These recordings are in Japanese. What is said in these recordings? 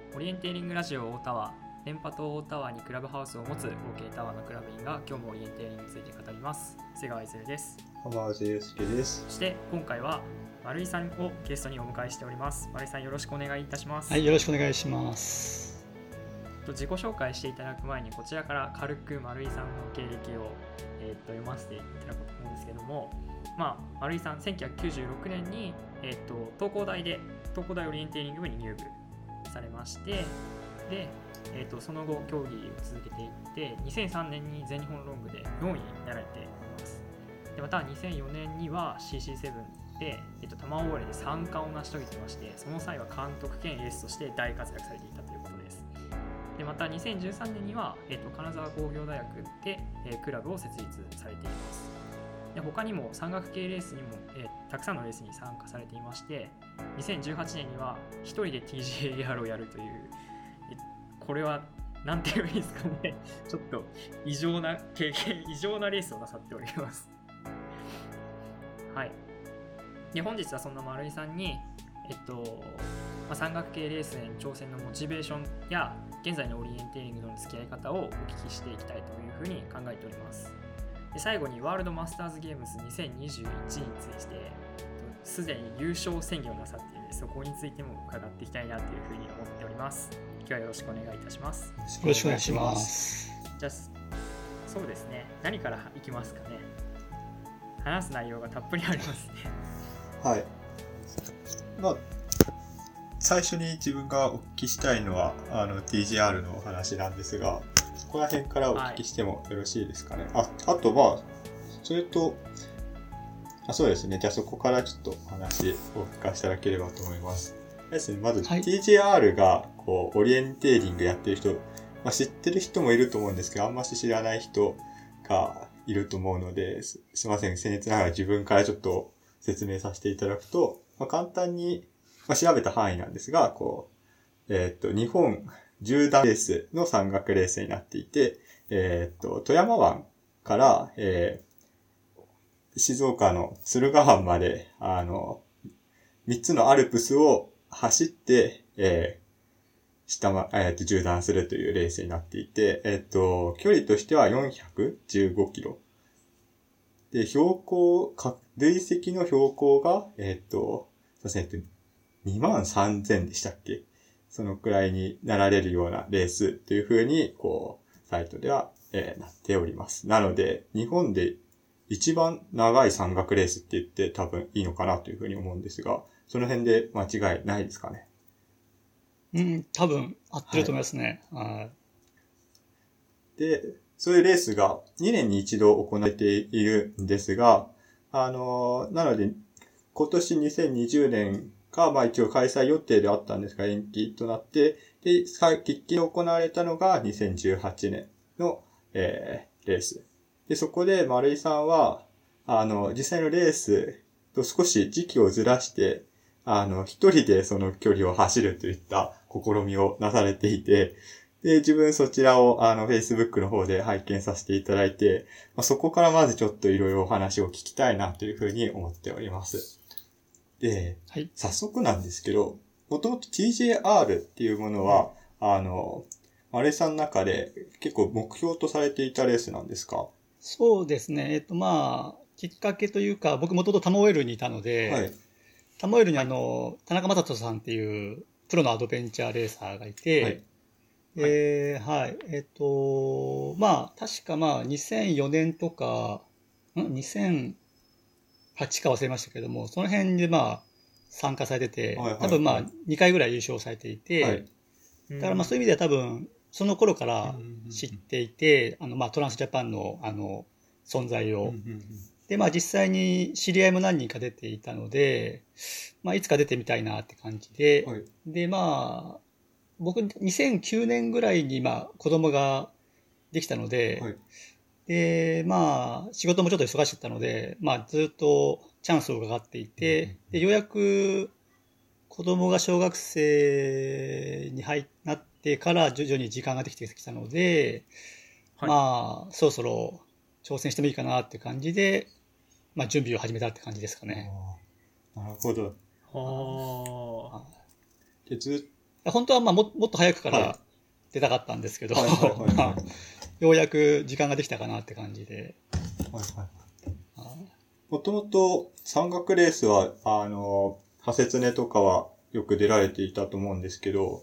オリエンテーリングラジオ大タワー、電波塔大タワーにクラブハウスを持つ OK タワーのクラブ員が今日もオリエンテーリングについて語ります。瀬川泉です。 浜内祐介です。 そして今回は丸井さんをゲストにお迎えしております。丸井さん、よろしくお願いいたします。 はい、よろしくお願いします。 自己紹介していただく前にこちらから軽く丸井さんの経歴を、読ませていただこうと思うんですけども、丸井さん1996年に、東工大オリエンテーリング部に入部されまして、で、その後競技を続けていって2003年に全日本ロングで4位になられています。でまた2004年には CC7 で、多摩オーレで3冠を成し遂げていまして、その際は監督兼エースとして大活躍されていたということです。でまた2013年には、金沢工業大学で、クラブを設立されています。で他にも山岳系レースにも、たくさんのレースに参加されていまして、2018年には一人で TGAR をやるという、これはなんていうんですかね、ちょっと異常な経験、異常なレースをなさっております。はい。で本日はそんな丸井さんに、山岳系レースへの挑戦のモチベーションや現在のオリエンテーリングとの付き合い方をお聞きしていきたいというふうに考えております。で最後にワールドマスターズゲームズ2021についてすでに優勝宣言をなさっているので、そこについても伺っていきたいなというふうに思っております。今日はよろしくお願いいたします。 よろしくお願いします。 じゃあそうですね、何からいきますかね。話す内容がたっぷりありますね。 はい。最初に自分がお聞きしたいのはTGR のお話なんですが、そこら辺からお聞きしてもよろしいですかね。はい、あとそれとそうですね。じゃあそこからちょっとお話を聞かせていただければと思います。ですね、まず TGR がオリエンテーリングやってる人、知ってる人もいると思うんですけど、あんまし知らない人がいると思うので、すいません、僭越ながら自分からちょっと説明させていただくと、簡単に、調べた範囲なんですが、日本縦断レースの山岳レースになっていて、富山湾から、静岡の駿河湾まで、3つのアルプスを走って、縦断するというレースになっていて、距離としては415キロ。で、累積の標高が、23,000でしたっけ？そのくらいになられるようなレースというふうに、サイトでは、なっております。なので、日本で一番長い山岳レースって言って多分いいのかなというふうに思うんですが、その辺で間違いないですかね。 多分合ってると思いますね。はい。 で、そういうレースが2年に一度行われているんですが、なので、今年2020年が、一応開催予定であったんですが、延期となって、で、喫緊行われたのが2018年の、レース。で、そこで丸井さんは、実際のレースと少し時期をずらして、一人でその距離を走るといった試みをなされていて、で、自分そちらをFacebook の方で拝見させていただいて、そこからまずちょっといろいろお話を聞きたいなというふうに思っております。で、はい、早速なんですけど、もともと TJR っていうものは、丸井さんの中で結構目標とされていたレースなんですか？ そうですね。きっかけというか、僕もともとタモエルにいたので、はい、タモエルに田中正人さんっていうプロのアドベンチャーレーサーがいて、はいはい。確か2004年とか、2008か忘れましたけども、その辺で参加されてて、多分2回ぐらい優勝されていて、はい、だからそういう意味では多分、その頃から知っていて、トランスジャパンの存在を。で、実際に知り合いも何人か出ていたので、いつか出てみたいなって感じで、はい、で、僕2009年ぐらいに子供ができたので、はい、で仕事もちょっと忙しかったのでずっとチャンスを伺っていて、でようやく子供が小学生になってから徐々に時間ができてきたので、はい、そろそろ挑戦してもいいかなっていう感じで準備を始めたって感じですかね。 なるほど。 はあ。 でずっ本当はまあもっと早くから出たかったんですけど、ようやく時間ができたかなって感じで。 もともと山岳レースは、ハセツネとかはよく出られていたと思うんですけど、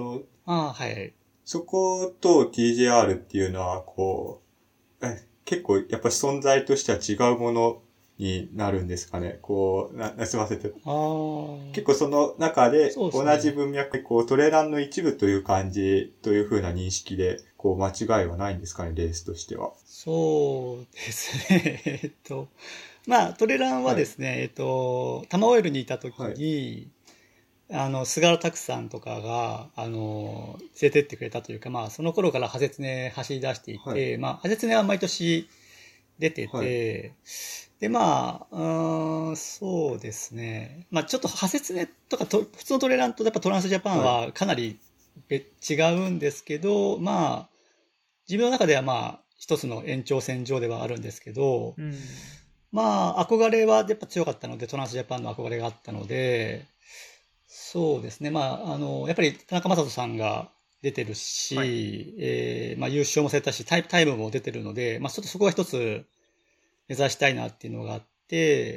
そこと TJR っていうのは、こう、結構やっぱり存在としては違うものになるんですかね。こう、すいません。結構その中で同じ文脈、こうトレーランの一部という感じという風な認識で、こう間違いはないんですかね、レースとしては。 そうですね。まあトレランはですね、タマオイルにいた時に、菅原拓さんとかが、連れてってくれたというか、まあ、その頃からハセツネ走り出していて、まあ、ハセツネは毎年出てて、で、まあ、そうですね。まあ、ちょっとハセツネとか普通のトレランとやっぱトランスジャパンはかなり違うんですけど、まあ、自分の中ではまあ、一つの延長線上ではあるんですけど、まあ、憧れはやっぱ強かったので、トランスジャパンの憧れがあったので、そうですね。まあ、やっぱり田中将人さんが出てるし、まあ優勝もされたし、タイムも出てるので、まあちょっとそこは一つ目指したいなっていうのがあって、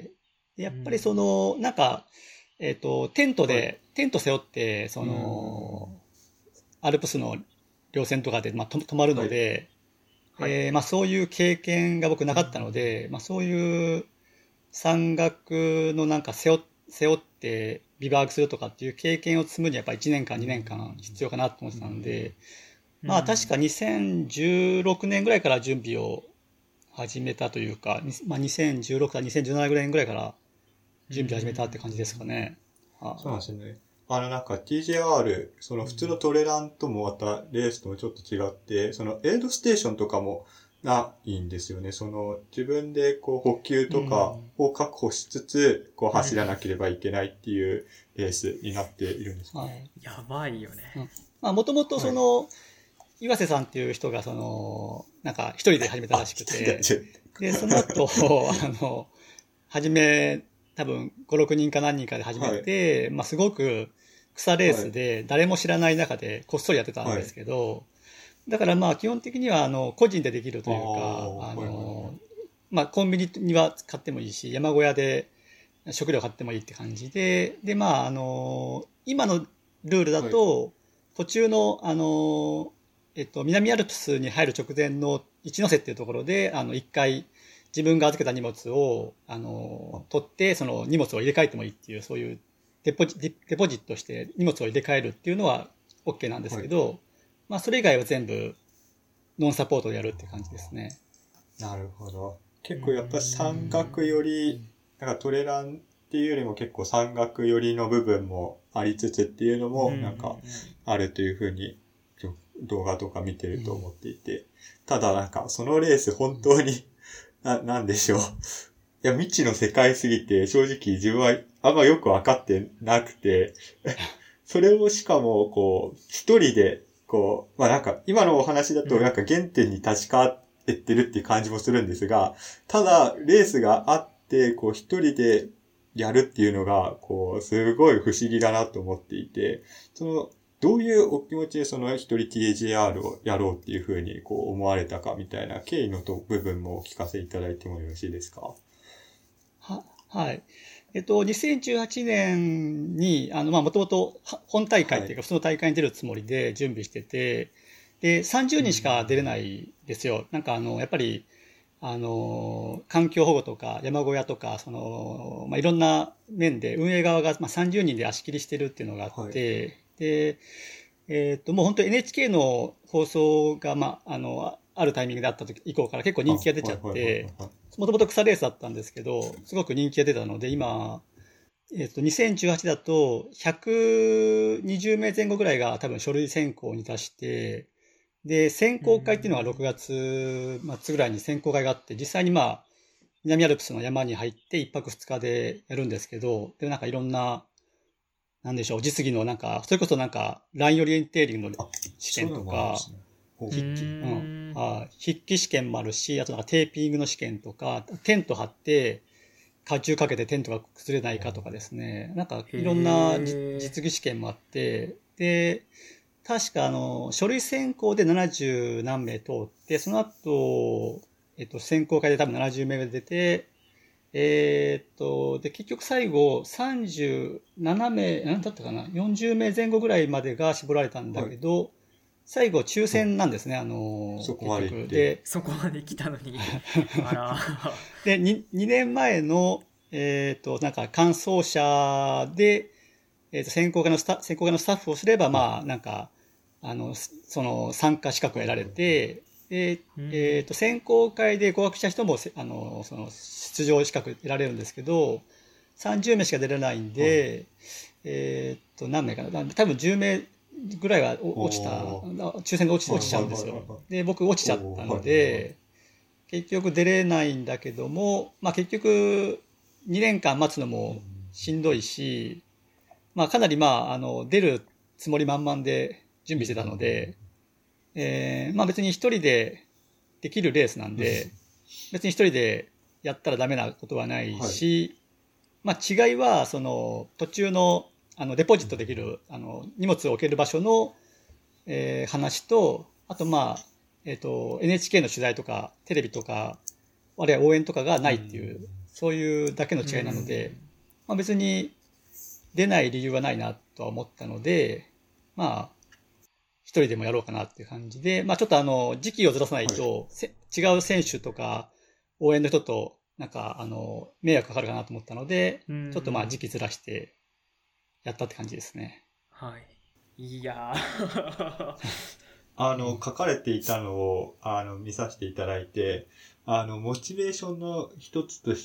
やっぱりなんか、テント背負って、アルプスの稜線とかで、まあ泊まるので、まあそういう経験が僕なかったので、まあそういう山岳のなんか背負ってビバークするとかっていう経験を積むにはやっぱ1年間2年間必要かなと思ってたんで、まあ確か2016年ぐらいから準備を始めたというか、まあ2016から2017ぐらいから準備始めたって感じですかね。 そうなんですね。なんか TJR、その普通のトレランともまたレースともちょっと違って、そのエイドステーションとかもないんですよね。自分でこう補給とかを確保しつつ、こう走らなければいけないっていうレースになっているんですか、 やばいよね。 まあもともと岩瀬さんっていう人がなんか一人で始めたらしくて、で、その後、多分5、6人か何人かで始めて、まあすごく草レースで誰も知らない中でこっそりやってたんですけど、だからまあ基本的には個人でできるというか、まあコンビニには買ってもいいし、山小屋で食料買ってもいいって感じで、でまあ今のルールだと、途中の南アルプスに入る直前の一ノ瀬っていうところで、一回自分が預けた荷物を、取って、その荷物を入れ替えてもいいっていう、そういうデポジットして荷物を入れ替えるっていうのは OK なんですけど、まあそれ以外は全部ノンサポートでやるって感じですね。 なるほど。結構やっぱ山岳より、なんかトレランっていうよりも結構山岳寄りの部分もありつつっていうのもなんかあるというふうに動画とか見てると思っていて、ただなんかそのレース本当になんでしょう。いや、未知の世界すぎて正直自分はあんまよくわかってなくて、それをしかもこう一人でこう、まあなんか今のお話だとなんか原点に立ち返ってるっていう感じもするんですが、ただレースがあってこう一人でやるっていうのがこうすごい不思議だなと思っていて、どういうお気持ちでその一人 TJR をやろうっていうふうにこう思われたかみたいな経緯の部分もお聞かせいただいてもよろしいですか？ はい。2018年に、まあ、もともと本大会っていうか、普通の大会に出るつもりで準備してて、で、30人しか出れないですよ。なんかやっぱり、環境保護とか山小屋とか、まあ、いろんな面で運営側が、まあ、30人で足切りしてるっていうのがあって、で、もう本当 NHK の放送が、まあ、あるタイミングであった時以降から結構人気が出ちゃって、もともと草レースだったんですけど、すごく人気が出たので、今、2018だと120名前後ぐらいが多分書類選考に達して、で、選考会っていうのは6月末ぐらいに選考会があって、実際にまあ、南アルプスの山に入って1泊2日でやるんですけど、で、なんかいろんな、なんでしょう、実技のなんか、それこそなんか、ラインオリエンテーリングの試験とか、筆記試験もあるし、あとなんかテーピングの試験とか、テント張って、荷重かけてテントが崩れないかとかですね、なんかいろんな実技試験もあって、 で、確か書類選考で70何名通って、その後、選考会で多分70名が出て、で、結局最後37名、何だったかな ?40 名前後ぐらいまでが絞られたんだけど、最後抽選なんですね、 そこまで行って。 で、 そこまで来たのに。あら。 で、2年前の、なんか、完走者で、選考会のスタッフをすれば、まあ、なんか、その、参加資格が得られて、で、選考会で合格した人も、その、出場資格得られるんですけど、30名しか出れないんで、何名かな多分10名ぐらいは落ちた、抽選で落ちちゃうんですよ。で、僕落ちちゃったので、結局出れないんだけども、まあ結局2年間待つのもしんどいし、まあかなりまあ、出るつもり満々で準備してたので、まあ別に一人でできるレースなんで、別に一人でやったらダメなことはないし、まあ違いは、その途中のデポジットできる、荷物を置ける場所の、話と、あとまあ、NHK の取材とか、テレビとか、あるいは応援とかがないっていう、そういうだけの違いなので、まあ別に出ない理由はないなとは思ったので、まあ、一人でもやろうかなっていう感じで、まあちょっと時期をずらさないと、違う選手とか、応援の人と、なんか、迷惑かかるかなと思ったので、ちょっとまあ時期ずらして、やったって感じですね。 はい。いや書かれていたのを、見させていただいて、モチベーションの一つとして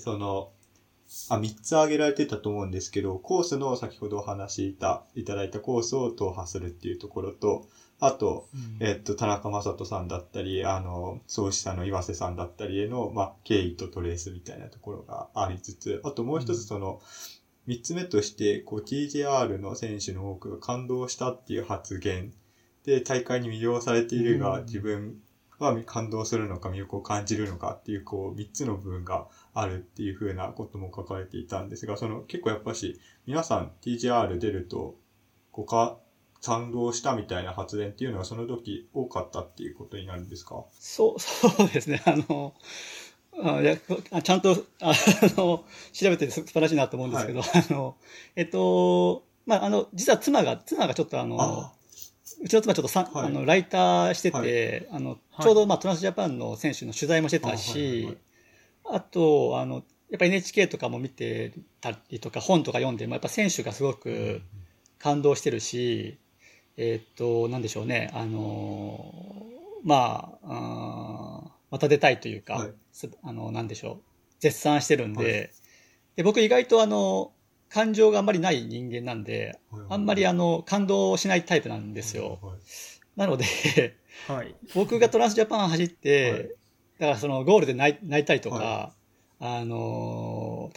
、3つ挙げられてたと思うんですけど、コースの先ほどお話しいただいたコースを踏破するっていうところと、あと、田中正人さんだったり、創始者の岩瀬さんだったりへの、まあ、敬意とトレースみたいなところがありつつ、あともう一つ三つ目として、TJR の選手の多くが感動したっていう発言で、大会に魅了されているが、自分は感動するのか魅力を感じるのかっていう、三つの部分があるっていう風なことも書かれていたんですが、結構やっぱし、皆さん TJR 出ると、感動したみたいな発言っていうのはその時多かったっていうことになるんですか？ そうですね。ちゃんと、調べて素晴らしいなと思うんですけど、はい、まあ、実は妻がちょっとうちの妻ちょっとライターしてて、はい、ちょうどまあトランスジャパンの選手の取材もしてたし、あと、やっぱ NHK とかも見てたりとか、本とか読んでも、やっぱ選手がすごく感動してるし、なんでしょうね、まあ、また出たいというか、はい、なんでしょう、絶賛してるんで、はい、で僕意外と感情があんまりない人間なんで、はいはい、あんまり感動しないタイプなんですよ。はいはい、なので、はい、僕がトランスジャパン走って、はい、だからゴールで泣いたりとか、はい、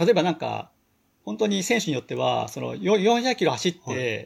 例えばなんか、本当に選手によっては、400キロ走って、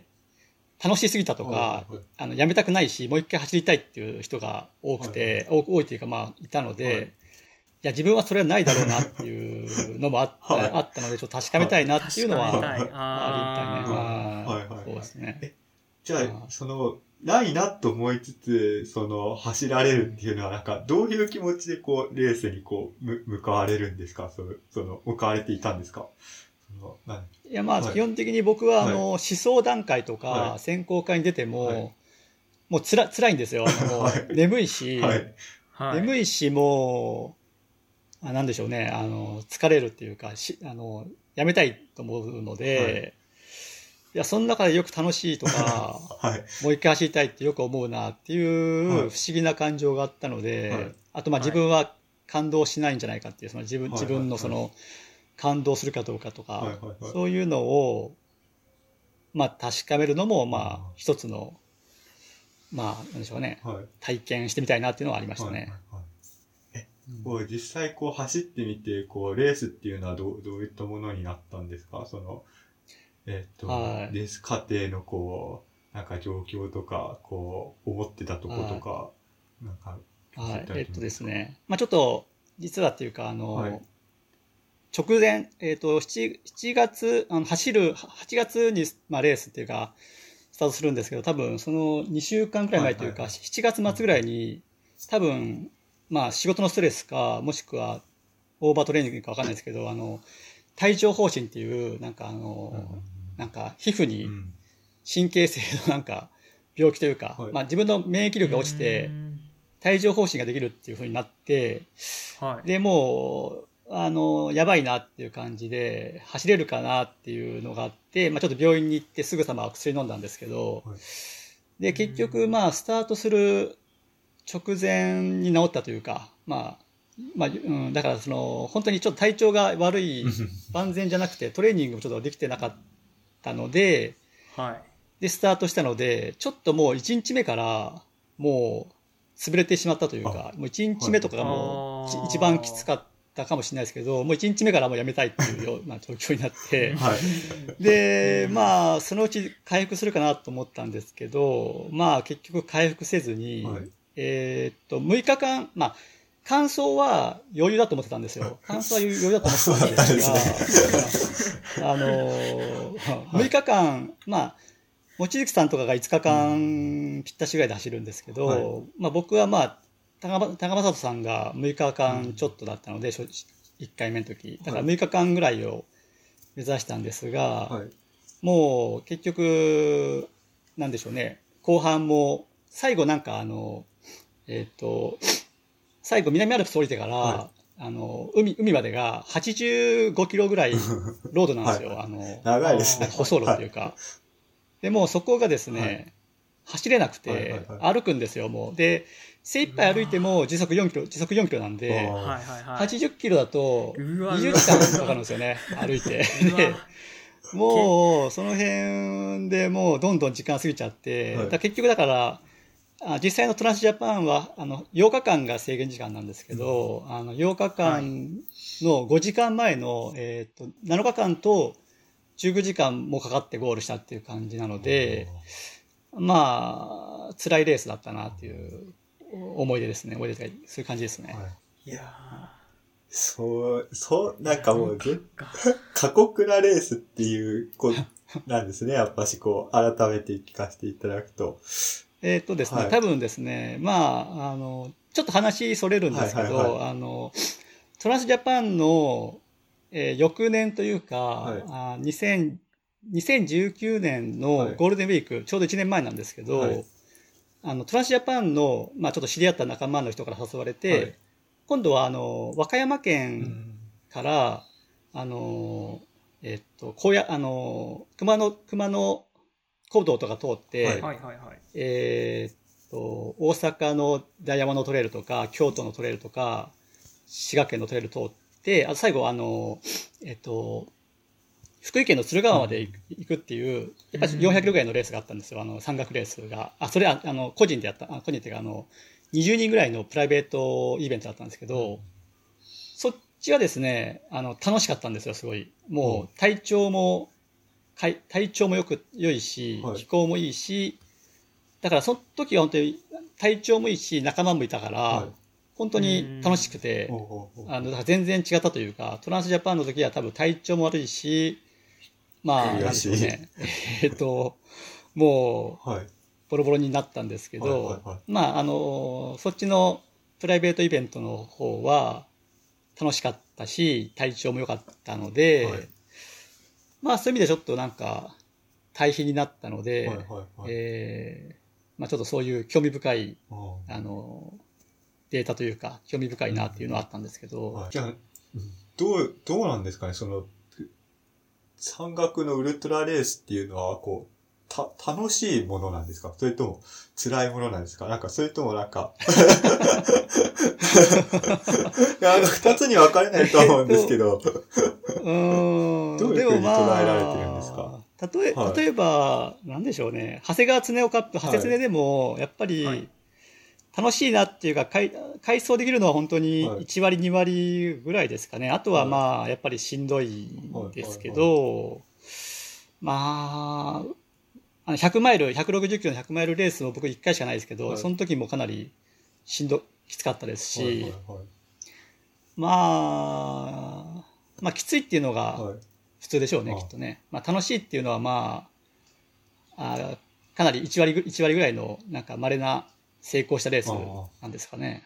楽しすぎたとか、はいはい、やめたくないし、もう一回走りたいっていう人が多くて、はいはい、多いというかまあ、いたので、はい、いや、自分はそれはないだろうなっていうのもあったので、ちょっと確かめたいなっていうのは、ありたいね。はいはい。そうですね。 じゃあ、ないなと思いつつ、走られるっていうのは、なんか、どういう気持ちでレースに向かわれるんですか？向かわれていたんですか？ いや、まあ、基本的に僕は、思想段階とか、選考会に出ても、もう辛いんですよ。眠いし、眠いし、もう、なんでしょうね、疲れるっていうか、やめたいと思うので、いや、その中でよく楽しいとか、もう一回走りたいってよく思うなっていう不思議な感情があったので、あと、まあ自分は感動しないんじゃないかっていう、自分の感動するかどうかとか、そういうのを、まあ確かめるのも、まあ一つの、まあ、なんでしょうね、体験してみたいなっていうのはありましたね。 実際走ってみて、レースっていうのはどういったものになったんですか？レース過程のなんか状況とか、思ってたとことか、なんか、 ですね。まあちょっと、実はっていうか、直前、7月、8月に、まあレースっていうか、スタートするんですけど、多分その2週間くらい前というか、7月末ぐらいに、多分、まあ仕事のストレスか、もしくはオーバートレーニングかわかんないですけど、帯状疱疹っていう、なんか皮膚に神経性のなんか病気というか、まあ自分の免疫力が落ちて、帯状疱疹ができるっていう風になって、で、もう、やばいなっていう感じで、走れるかなっていうのがあって、まあちょっと病院に行ってすぐさま薬飲んだんですけど、で、結局、まあスタートする直前に治ったというか、だから本当にちょっと体調が悪い、万全じゃなくて、トレーニングもちょっとできてなかったので、で、スタートしたので、ちょっともう1日目から、もう、潰れてしまったというか、もう1日目とかがもう、一番きつかったかもしれないですけど、もう1日目からもうやめたいっていうような状況になって、で、まあ、そのうち回復するかなと思ったんですけど、まあ、結局回復せずに、6日間、まあ、乾燥は余裕だと思ってたんですよ。乾燥は余裕だと思ってたんですが、6日間、まあ、望月さんとかが5日間ぴったしぐらいで走るんですけど、まあ僕はまあ、高正人さんが6日間ちょっとだったので、1回目の時。だから6日間ぐらいを目指したんですが、もう結局、なんでしょうね、後半も、最後なんか最後南アルプス降りてから、海までが85キロぐらいロードなんですよ。 長いですね。 舗装路っていうか。で、もうそこがですね、走れなくて、歩くんですよ、もう。で、精一杯歩いても時速4キロなんで、80キロだと20時間かかるんですよね、歩いて。で、もう、その辺でもうどんどん時間過ぎちゃって、結局だから、実際のトランスジャパンは、8日間が制限時間なんですけど、8日間の5時間前の、7日間と19時間もかかってゴールしたっていう感じなので、まあ、辛いレースだったなっていう思い出ですね。思い出というか、そういう感じですね。 いやなんかもう、過酷なレースっていうなんですね。やっぱしこう、改めて聞かせていただくと。 ですね、多分ですね、まあ、ちょっと話それるんですけど、トランスジャパンの、翌年というか、2019年のゴールデンウィーク、ちょうど1年前なんですけど、トランスジャパンの、まあちょっと知り合った仲間の人から誘われて、今度は和歌山県から、熊野古道とか通って、大阪のダイヤモンドトレイルとか、京都のトレイルとか、滋賀県のトレイル通って、あと最後福井県の敦賀川まで行くっていう、やっぱり400キロぐらいのレースがあったんですよ。山岳レースが。それは、個人でやった、個人っていうか、20人ぐらいのプライベートイベントだったんですけど、そっちはですね、楽しかったんですよ、すごい。もう、体調も良いし、気候もいいし、だからその時は本当に体調もいいし、仲間もいたから、本当に楽しくて、だから全然違ったというか、トランスジャパンの時は多分体調も悪いし、まあ、なんでしょうね。もう、ボロボロになったんですけど、まあ、そっちのプライベートイベントの方は楽しかったし、体調も良かったので、まあ、そういう意味でちょっとなんか、対比になったので、まあ、ちょっとそういう興味深い、データというか、興味深いなっていうのはあったんですけど。 じゃあ、どうなんですかね、山岳のウルトラレースっていうのは、こう、楽しいものなんですか？それとも辛いものなんですか？なんか、それともなんか二つに分かれないと思うんですけど。どういうふうに捉えられてるんですか？ 例えば、なんでしょうね。長谷川恒夫カップ、長谷恒でも、やっぱり、楽しいなっていうか、回走できるのは本当に1割、2割ぐらいですかね。あとはまあ、やっぱりしんどいですけど、まあ、100マイル、160キロの100マイルレースも僕1回しかないですけど、その時もかなりきつかったですし、まあ、きついっていうのが普通でしょうね、きっとね。まあ、楽しいっていうのはまあ、 かなり1割ぐらいのなんか稀な成功したレースなんですかね。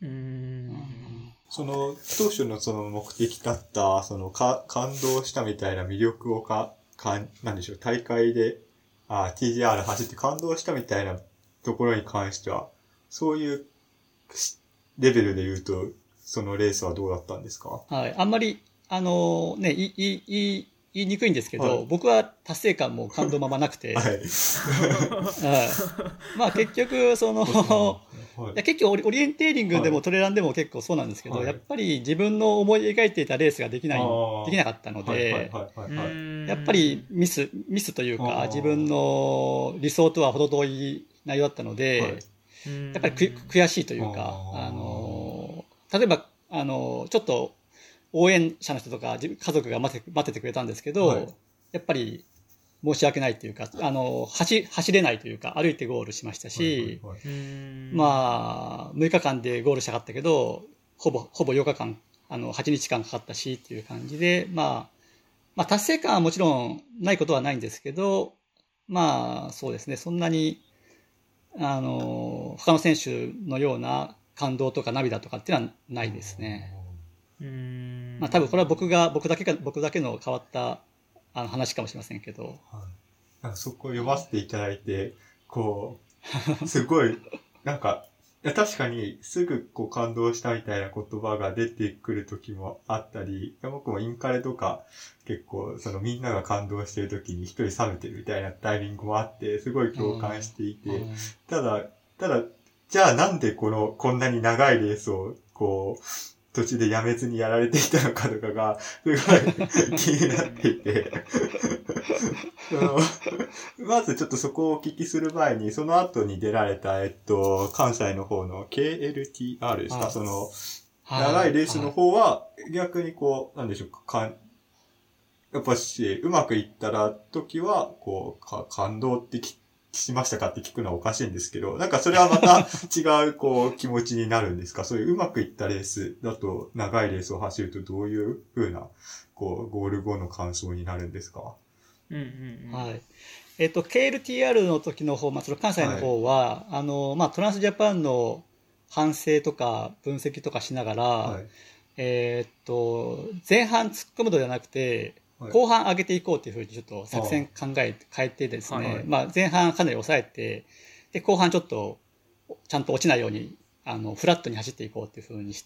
その当初のその目的だったその感動したみたいな魅力をなんでしょう、大会でTJR 走って感動したみたいなところに関しては、そういうレベルで言うと、そのレースはどうだったんですか？ はい。あんまり、ね、言いにくいんですけど、はい、僕は達成感も感動ままなくて、はい。まあ結局、はい、結局オリエンテーリングでもトレランでも結構そうなんですけど、はい、やっぱり自分の思い描いていたレースができなかったので、やっぱりミスというか、自分の理想とは程遠い内容だったので、はい、やっぱり悔しいというか、例えば、ちょっと応援者の人とか家族が待っててくれたんですけど、はい、やっぱり申し訳ないというか、走れないというか、歩いてゴールしましたし、まあ、6日間でゴールしたかったけど、ほぼ8日間、8日間かかったしっていう感じで、まあ、達成感はもちろんないことはないんですけど、まあ、そうですね、そんなに、他の選手のような感動とか涙とかっていうのはないですね。まあ多分これは僕だけの変わった話かもしれませんけど。はい、 なんかそこを読ませていただいて、すごい、なんか、確かにすぐ感動したみたいな言葉が出てくる時もあったり、僕もインカレとか結構みんなが感動してる時に一人冷めてるみたいなタイミングもあって、すごい共感していて、ただ、じゃあなんでこんなに長いレースを途中でやめずにやられていたのかとかが、すごい気になっていてまずちょっとそこをお聞きする前に、その後に出られた、関西の方の KLTR ですか、長いレースの方は、逆になんでしょうか、やっぱし、うまくいった時は、感動ってしましたかって聞くのはおかしいんですけど、なんかそれはまた違う気持ちになるんですか？そういううまくいったレースだと、長いレースを走るとどういう風なゴール後の感想になるんですか？はい。 KLTR の時の方、その関西の方は、はい、トランスジャパンの反省とか分析とかしながら、はい、前半突っ込むのではなくて、後半上げていこうというふうにちょっと作戦変えてですね、前半かなり抑えて、で、後半ちょっとちゃんと落ちないように、フラットに走っていこうというふうにして、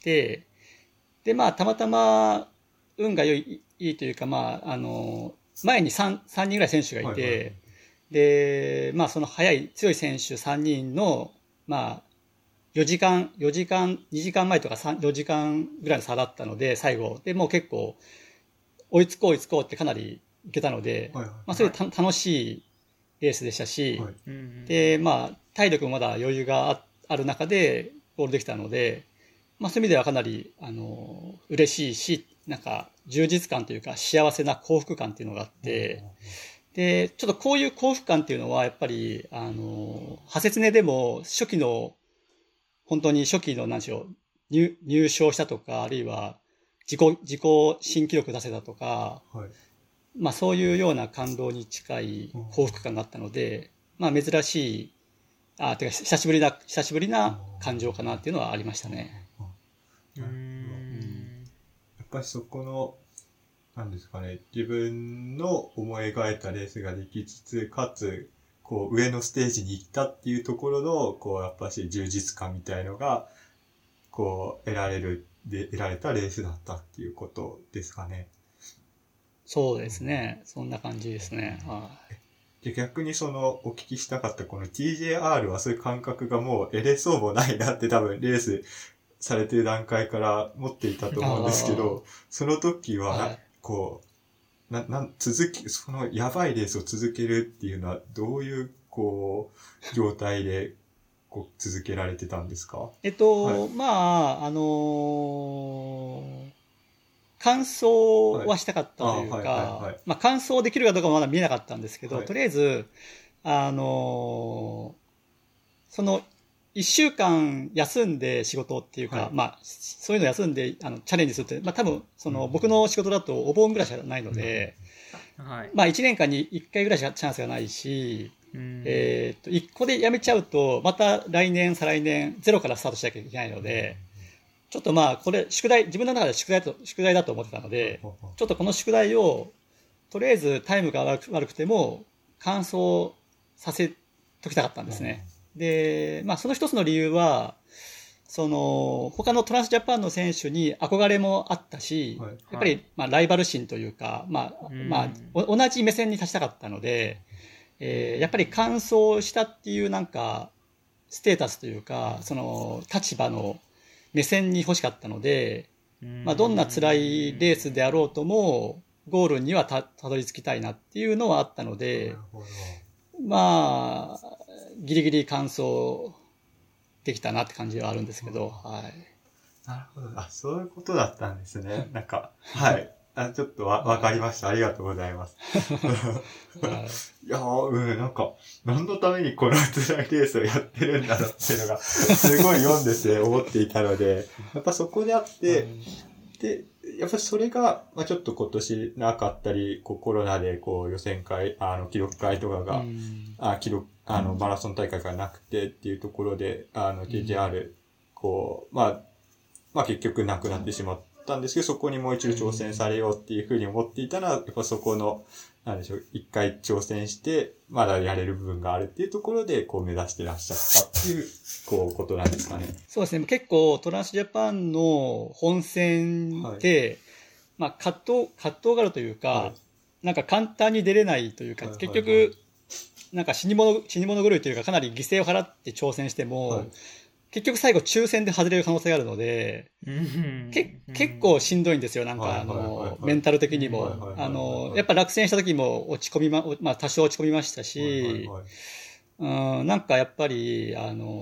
で、たまたま運がいいというか、前に3人ぐらい選手がいて、で、その速い強い選手3人の、2時間前とか4時間ぐらいの差だったので、最後。で、もう結構、追いつこうってかなりいけたので、それで楽しいレースでしたし、で、体力もまだ余裕がある中でゴールできたので、そういう意味ではかなり、嬉しいし、なんか、充実感というか、幸せな幸福感っていうのがあって、で、ちょっとこういう幸福感っていうのは、やっぱり、ハセツネでも本当に初期の、なんでしょう、入賞したとか、あるいは、自己新記録出せたとか、はい、そういうような感動に近い幸福感があったので、珍しい、てか久しぶりな感情かなっていうのはありましたね。 やっぱりそこの、なんですかね、自分の思い描いたレースができつつ、かつ、上のステージに行ったっていうところの、やっぱし充実感みたいのが、得られたレースだったっていうことですかね。 そうですね。そんな感じですね。 で、逆にお聞きしたかったこの TJR はそういう感覚がもう得れそうもないなって多分レースされてる段階から持っていたと思うんですけど、その時は、そのやばいレースを続けるっていうのはどういう、状態で、続けられてたんですか？はい、 完走はしたかったというか、完走できるかどうかもまだ見えなかったんですけど、とりあえず、その、1週間休んで仕事っていうか、そういうの休んで、チャレンジするって、多分、僕の仕事だとお盆ぐらいしかないので、1年間に1回ぐらいしかチャンスがないし、 一個でやめちゃうと、また来年、再来年、ゼロからスタートしなきゃいけないので、ちょっとまあ、これ、自分の中で宿題だと思ってたので、ちょっとこの宿題を、とりあえずタイムが悪くても、完走させときたかったんですね。で、まあ、その一つの理由は、他のトランスジャパンの選手に憧れもあったし、やっぱり、まあ、ライバル心というか、同じ目線に立ちたかったので、やっぱり完走したっていうなんか、ステータスというか、立場の目線に欲しかったので、まあ、どんな辛いレースであろうとも、ゴールにはたどり着きたいなっていうのはあったので、まあ、ギリギリ完走できたなって感じはあるんですけど、はい。 なるほど。そういうことだったんですね。なんか、はい。ちょっとわかりました。ありがとうございます。いやなんか、何のためにこの辛いレースをやってるんだろうっていうのが、すごい読んでて思っていたので、やっぱそこであって、で、やっぱりそれが、まあちょっと今年なかったり、コロナで予選会、記録会とかが、マラソン大会がなくてっていうところで、TJR、まあ結局なくなってしまったんですけど、そこにもう一度挑戦されようっていうふうに思っていたら、やっぱそこの、なんでしょう、一回挑戦して、まだやれる部分があるっていうところで、目指してらっしゃったっていう、ことなんですかね。 そうですね。結構、トランスジャパンの本戦で、まあ、葛藤があるというか、なんか簡単に出れないというか、結局、なんか死に物狂いというか、かなり犠牲を払って挑戦しても、結局最後抽選で外れる可能性があるので、結構しんどいんですよ。なんかメンタル的にも。やっぱ落選した時もまあ多少落ち込みましたし、なんかやっぱり、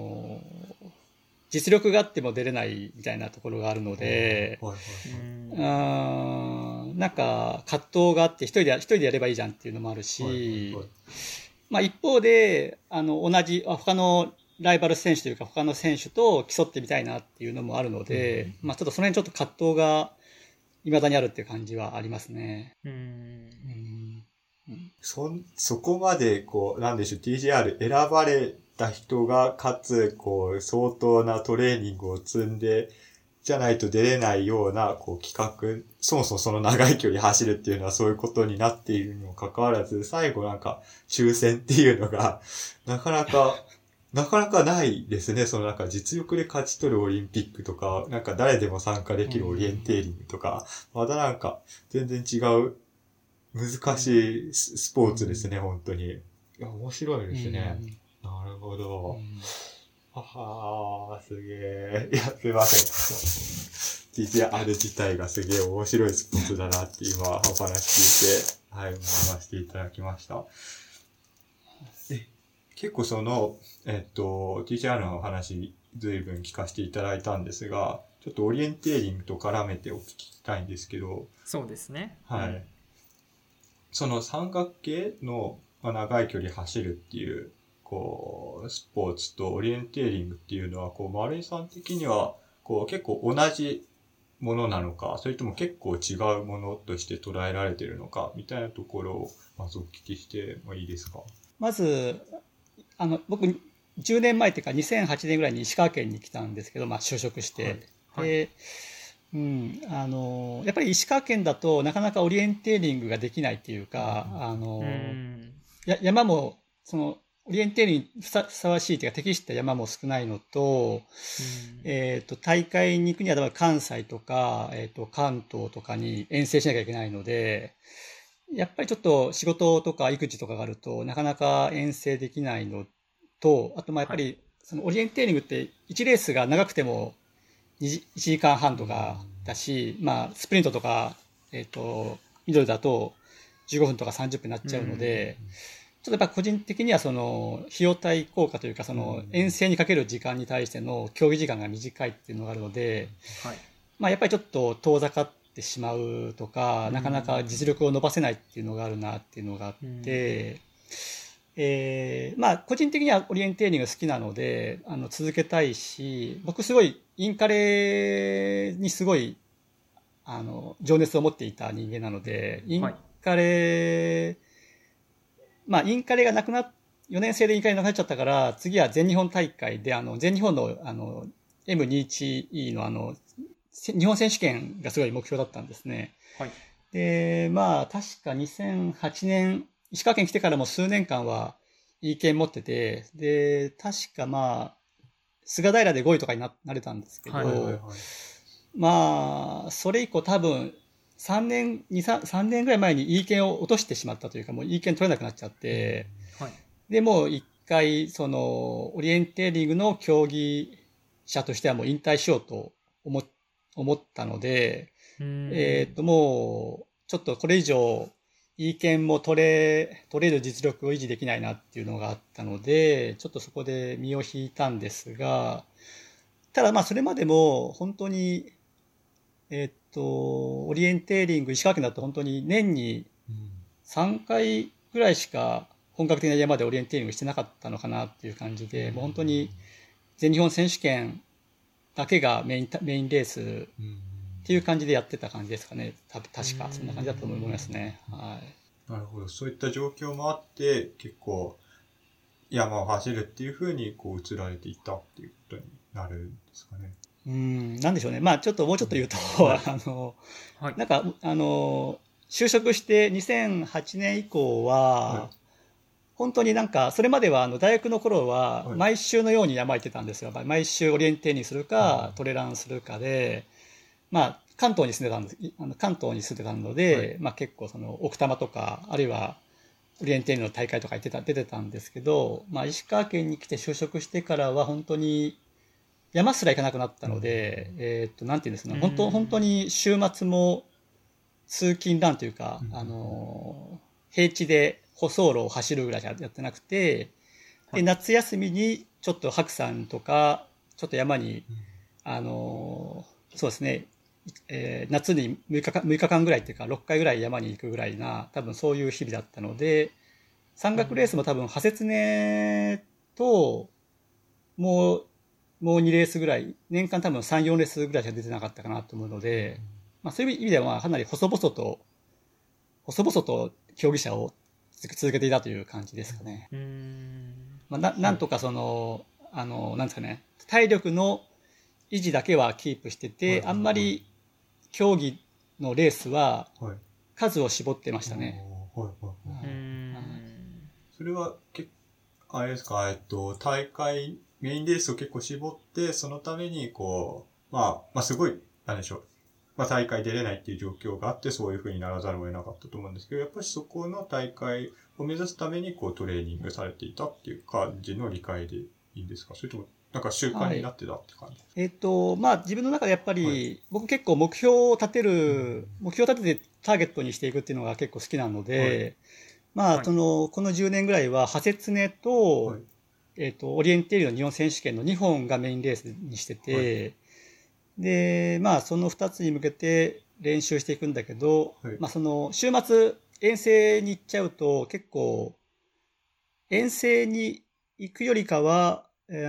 実力があっても出れないみたいなところがあるので、なんか葛藤があって一人でやればいいじゃんっていうのもあるし、まあ一方で、他のライバル選手というか他の選手と競ってみたいなっていうのもあるので、まあちょっとその辺ちょっと葛藤が未だにあるっていう感じはありますね。 そこまでなんでしょう、TJR 選ばれた人がかつ相当なトレーニングを積んでじゃないと出れないような企画、そもそもその長い距離走るっていうのはそういうことになっているにもかかわらず、最後なんか抽選っていうのがなかなかないですね。なんか実力で勝ち取るオリンピックとか、なんか誰でも参加できるオリエンテーリングとか、またなんか全然違う難しいスポーツですね、本当に。いや、面白いですね。なるほど。すげえ。いや、すいません。TJR 自体がすげえ面白いスポーツだなって今お話聞いて、はい、思いましていただきました。結構TJR のお話随分聞かせていただいたんですが、ちょっとオリエンテーリングと絡めてお聞きしたいんですけど。 そうですね。 はい。その三角形の長い距離走るっていう、スポーツとオリエンテーリングっていうのは、丸井さん的には、結構同じものなのか、それとも結構違うものとして捉えられているのか、みたいなところを、まずお聞きしてもいいですか？ まず、僕、10年前っていうか2008年ぐらいに石川県に来たんですけど、まあ就職して。で、やっぱり石川県だとなかなかオリエンテーリングができないっていうか、山も、オリエンテーリングにふさわしいというか適した山も少ないのと、大会に行くには関西とか、関東とかに遠征しなきゃいけないので、やっぱりちょっと仕事とか育児とかがあるとなかなか遠征できないのと、あとやっぱりそのオリエンテーリングって1レースが長くても1時間半とかだし、まあスプリントとか、ミドルだと15分とか30分になっちゃうので、ちょっとやっぱ個人的にはその費用対効果というかその遠征にかける時間に対しての競技時間が短いっていうのがあるので、まあやっぱりちょっと遠ざかってしまうとか、なかなか実力を伸ばせないっていうのがあるなっていうのがあって、まあ個人的にはオリエンテーリング好きなので続けたいし、僕すごいインカレにすごい情熱を持っていた人間なので、インカレがなくなっ 4年生で2回なくなっちゃったから、次は全日本大会で、全日本の、M21E の日本選手権がすごい目標だったんですね。 はい。 で、まあ、確か2008年、石川県来てからも数年間はいい県持ってて、で、確かまあ、菅平で5位とかになれたんですけど、まあ、それ以降多分、3年ぐらい前にいい県を落としてしまったというか、もういい県取れなくなっちゃって、 はい、 で、もう一回、オリエンテーリングの競技者としてはもう引退しようと思ったので、もう、ちょっとこれ以上、いい県も取れる実力を維持できないなっていうのがあったので、ちょっとそこで身を引いたんですが、ただまあそれまでも本当に、オリエンテーリング、石川県だと本当に年に3回ぐらいしか本格的な山でオリエンテーリングしてなかったのかなっていう感じで、もう本当に全日本選手権だけがメインレースっていう感じでやってた感じですかね。確かそんな感じだと思いますね。はい。 なるほど。そういった状況もあって結構山を走るっていう風に移られていったっていうことになるんですかね。 なんでしょうね。まあもうちょっと言うと、 はい、 なんか就職して2008年以降は、本当になんかそれまでは大学の頃は毎週のように山行ってたんですよ。毎週オリエンテーリングするか、トレランするかで、まあ関東に住んでたので、まあ結構奥多摩とか、あるいはオリエンテーリングの大会とか出てたんですけど、まあ石川県に来て就職してからは本当に山すら行かなくなったので、なんていうんですかね、本当に週末も通勤ランというか、平地で舗装路を走るぐらいしかやってなくて、で、夏休みにちょっと白山とか、ちょっと山に、そうですね、夏に6日間ぐらいっていうか、6回ぐらい山に行くぐらいな、多分そういう日々だったので、山岳レースも多分、ハセツネと、もう2レースぐらい、年間多分3、4レースぐらいしか出てなかったかなと思うので、まあそういう意味ではかなり細々と競技者を続けていたという感じですかね。まあ、なんとかなんですかね、体力の維持だけはキープしてて、あんまり競技のレースは数を絞ってましたね。 それはあれですか、大会、メインレースを結構絞って、そのためにまあすごい、なんでしょう。まあ大会出れないっていう状況があって、そういう風にならざるを得なかったと思うんですけど、やっぱりそこの大会を目指すためにトレーニングされていたっていう感じの理解でいいんですか？それともなんか習慣になってたって感じですか？ まあ自分の中でやっぱり、僕結構目標を立ててターゲットにしていくっていうのが結構好きなので、まあこの10年ぐらいは、ハセツネと、オリエンテーリングの日本選手権の2本がメインレースにしてて、で、まあその2つに向けて練習していくんだけど、まあ週末遠征に行っちゃうと結構、遠征に行くよりかは、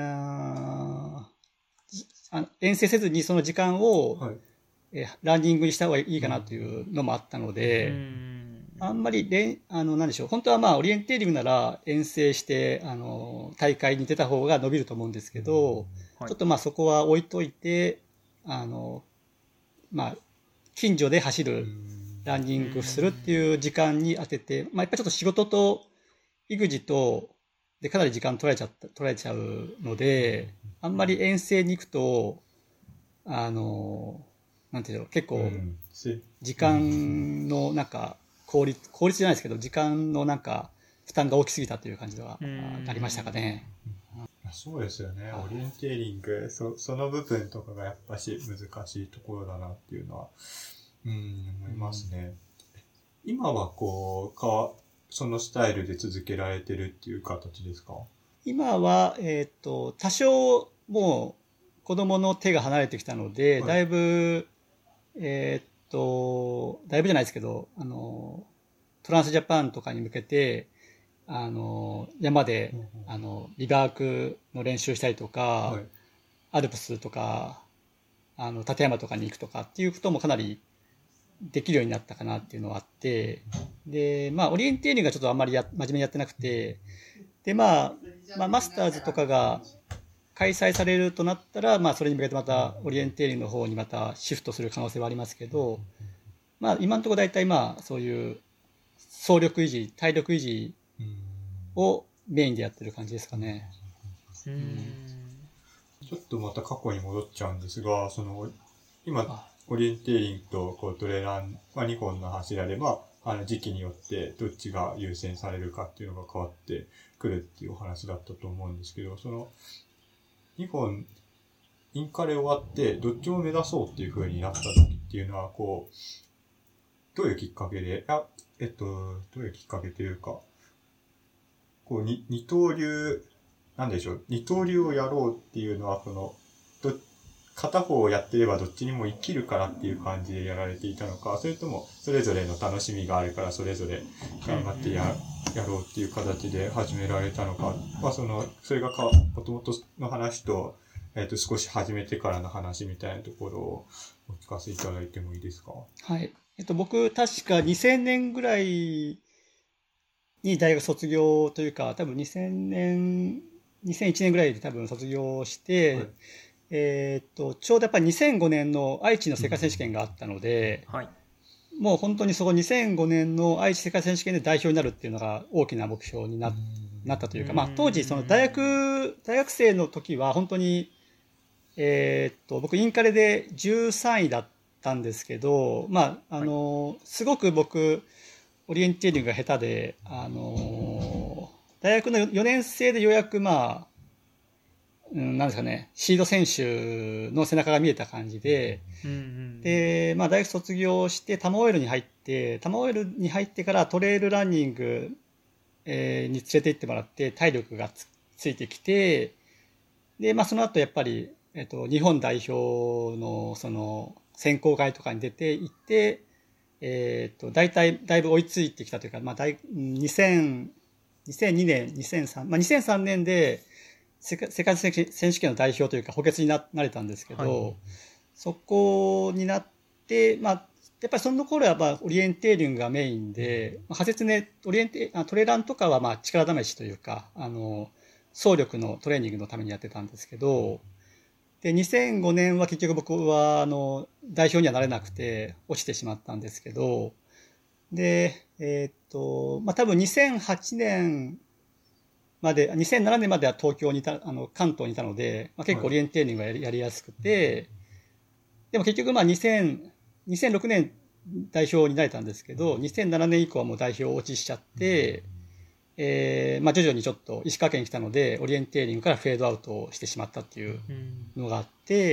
遠征せずにその時間を、ランニングにした方がいいかなというのもあったので、あんまりなんでしょう、本当はまあオリエンテーリングなら遠征して大会に出た方が伸びると思うんですけど、ちょっとまあそこは置いといて、まあ近所で走るランニングするっていう時間に当てて、まあやっぱりちょっと仕事と育児とでかなり時間取られちゃうので、あんまり遠征に行くとなんていうの、結構時間のなんか効率じゃないですけど、時間のなんか負担が大きすぎたという感じがありましたかね。 そうですよね。オリエンテーリング、その部分とかがやっぱし難しいところだなっていうのは、思いますね。今はそのスタイルで続けられてるっていう形ですか？ 今は、多少もう子供の手が離れてきたので、だいぶ、だいぶじゃないですけど、トランスジャパンとかに向けて、山で、リバークの練習したりとか、アルプスとか、立山とかに行くとかっていうこともかなりできるようになったかなっていうのはあって、で、まあ、オリエンテーリングがちょっとあんまり真面目にやってなくて、 で、まあ、マスターズとかが開催されるとなったら、まあ、それに向けてまたオリエンテーリングの方にまたシフトする可能性はありますけど、まあ、今のところ大体まあ、そういう走力維持、体力維持をメインでやってる感じですかね。 ちょっとまた過去に戻っちゃうんですが、今、オリエンテーリングとこうトレラン、2本の柱で、時期によってどっちが優先されるかっていうのが変わってくるっていうお話だったと思うんですけど、2本、インカレ終わってどっちも目指そうっていう風になった時っていうのは、こう、どういうきっかけで、どういうきっかけというか、こう、二刀流、なんでしょう、二刀流をやろうっていうのは、片方をやってればどっちにも生きるからっていう感じでやられていたのか、それともそれぞれの楽しみがあるからそれぞれ頑張ってやろうっていう形で始められたのか、それがもともとの話と、少し始めてからの話みたいなところをお聞かせいただいてもいいですか？ はい。僕、確か2000年ぐらいに大学卒業というか、多分2001年ぐらいで多分卒業して、はい、ちょうどやっぱり2005年の愛知の世界選手権があったので、 はい、 もう本当にそこ2005年の愛知世界選手権で代表になるっていうのが大きな目標になったというか、当時その大学生の時は本当に、僕インカレで13位だったんですけど、すごく僕オリエンテーリングが下手で、大学の4年生でようやくなんですかね、シード選手の背中が見えた感じで、で、大学卒業してタマオイルに入ってからトレイルランニング、に連れて行ってもらって体力がついてきて、で、その後やっぱり、日本代表のその選考会とかに出て行って、だいぶ追いついてきたというか、2002年、2003年で、世界選手権の代表というか補欠になれたんですけど、はい、そこになって、やっぱりその頃はオリエンテーリングがメインで、派切ね、トレランとかは力試しというか、走力のトレーニングのためにやってたんですけど、で、2005年は結局僕は代表にはなれなくて落ちてしまったんですけど、で、多分2008年、2007年までは東京にいた、関東にいたので、結構オリエンテーリングがやりやすくて、でも結局2006年代表になれたんですけど、2007年以降はもう代表落ちしちゃって、徐々にちょっと石川県に来たので、オリエンテーリングからフェードアウトしてしまったっていうのがあって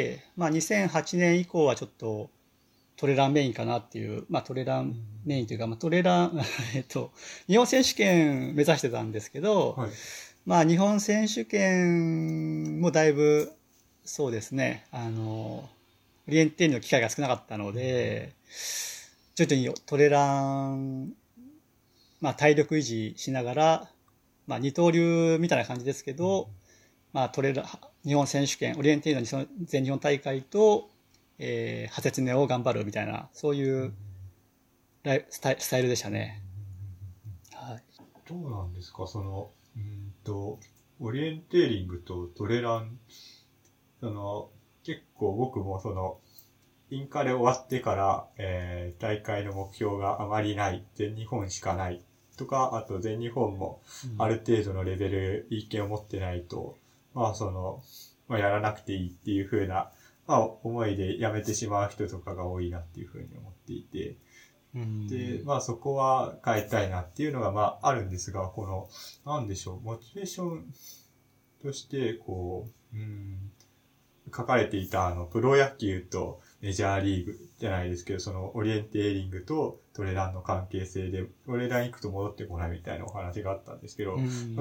、2008年以降はちょっとトレランメインかなっていう、トレランメインというか、トレラン、日本選手権目指してたんですけど、はい、日本選手権もだいぶ、そうですね、オリエンテーリングの機会が少なかったので、徐々にトレラン、体力維持しながら、二刀流みたいな感じですけど、日本選手権、オリエンテーリングの全日本大会と、派切ねを頑張るみたいな、そういうスタイルでしたね。 はい。どうなんですか、オリエンテーリングとトレラン、結構僕もインカレ終わってから、大会の目標があまりない、全日本しかないとか、あと全日本もある程度のレベル、いい件を持ってないと、やらなくていいっていう風な、思いでやめてしまう人とかが多いなっていう風に思っていて、で、そこは変えたいなっていうのが、あるんですが、なんでしょう、モチベーションとして、書かれていたプロ野球とメジャーリーグじゃないですけど、オリエンテーリングとトレランの関係性で、トレラン行くと戻ってこないみたいなお話があったんですけど、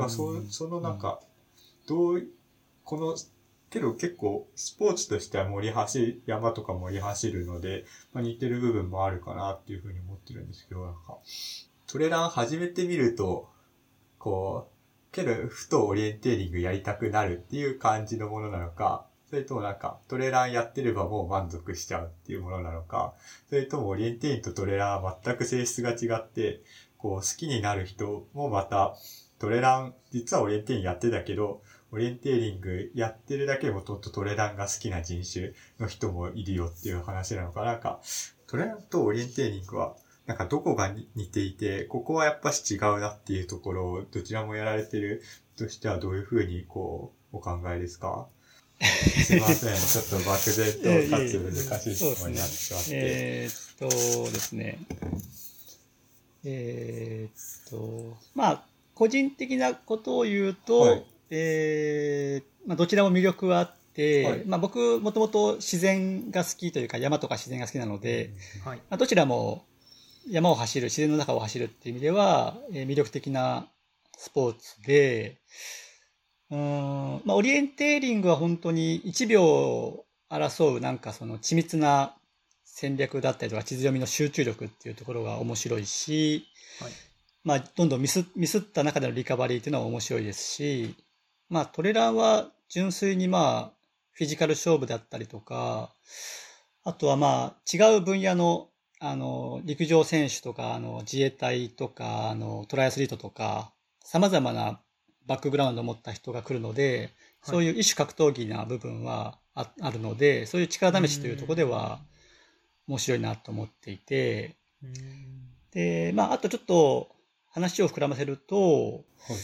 けど結構スポーツとしては山とか盛り走るので、似てる部分もあるかなっていうふうに思ってるんですけど、トレラン始めてみると、けどふとオリエンテーリングやりたくなるっていう感じのものなのか、それともトレランやってればもう満足しちゃうっていうものなのか、それともオリエンテーリングとトレランは全く性質が違って、好きになる人もまたトレラン、実はオリエンテーリングやってたけど、オリエンテーリングやってるだけでもとトレランが好きな人種の人もいるよっていう話なのかな。なんか、トレランとオリエンテーリングは、なんかどこが似ていて、ここはやっぱし違うなっていうところをどちらもやられてるとしてはどういうふうにお考えですか？すいません。ちょっと漠然とかつ難しい質問になってしまって。 ですね。まあ、個人的なことを言うと、はい、どちらも魅力はあって、はい、僕、もともと自然が好きというか、山とか自然が好きなので、はい、どちらも山を走る、自然の中を走るっていう意味では、魅力的なスポーツで、オリエンテーリングは本当に1秒を争うなんかその緻密な戦略だったりとか地図読みの集中力っていうところが面白いし、はい、どんどんミスった中でのリカバリーっていうのは面白いですし、トレランは純粋にフィジカル勝負だったりとか、あとは違う分野の陸上選手とか自衛隊とかトライアスリートとか様々なバックグラウンドを持った人が来るので、そういう異種格闘技な部分はあるので、そういう力試しというところでは面白いなと思っていて、で、あとちょっと話を膨らませると、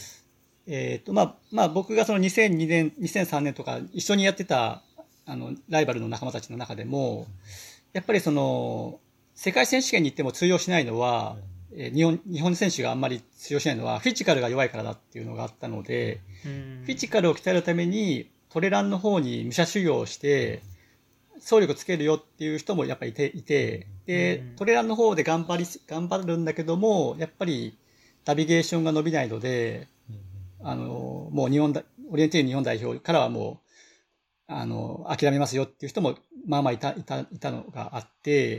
はい、僕がその2002年、2003年とか一緒にやってたライバルの仲間たちの中でも、やっぱりその世界選手権に行っても通用しないのは、日本選手があんまり通用しないのはフィジカルが弱いからだっていうのがあったので、フィジカルを鍛えるためにトレランの方に武者修行をして走力つけるよっていう人もやっぱりいて、でトレランの方で頑張るんだけども、やっぱりナビゲーションが伸びないので、もうオリエンテーリング日本代表からはもう諦めますよっていう人もいたのがあって、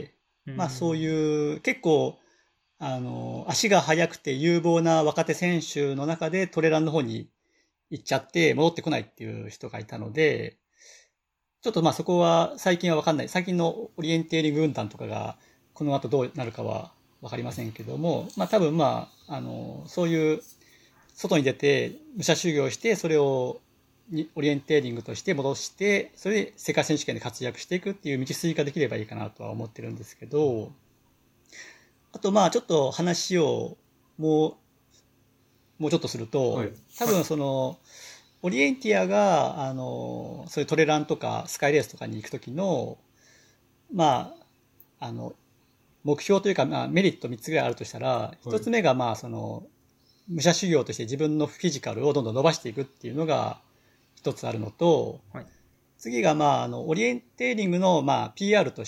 そういう結構足が速くて有望な若手選手の中でトレランの方に行っちゃって戻ってこないっていう人がいたので、ちょっとそこは最近は分かんない。最近のオリエンテーリング軍団とかがこの後どうなるかは分かりませんけども、多分そういう外に出て武者修行して、それをオリエンテーリングとして戻して、それで世界選手権で活躍していくっていう道筋ができればいいかなとは思ってるんですけど、あとちょっと話をもうちょっとすると、はい、多分その、オリエンティアがそういうトレランとかスカイレースとかに行くときの目標というかメリット3つぐらいあるとしたら、1つ目がその武者修行として自分のフィジカルをどんどん伸ばしていくっていうのが1つあるのと、はい、次がオリエンテーリングのPR として、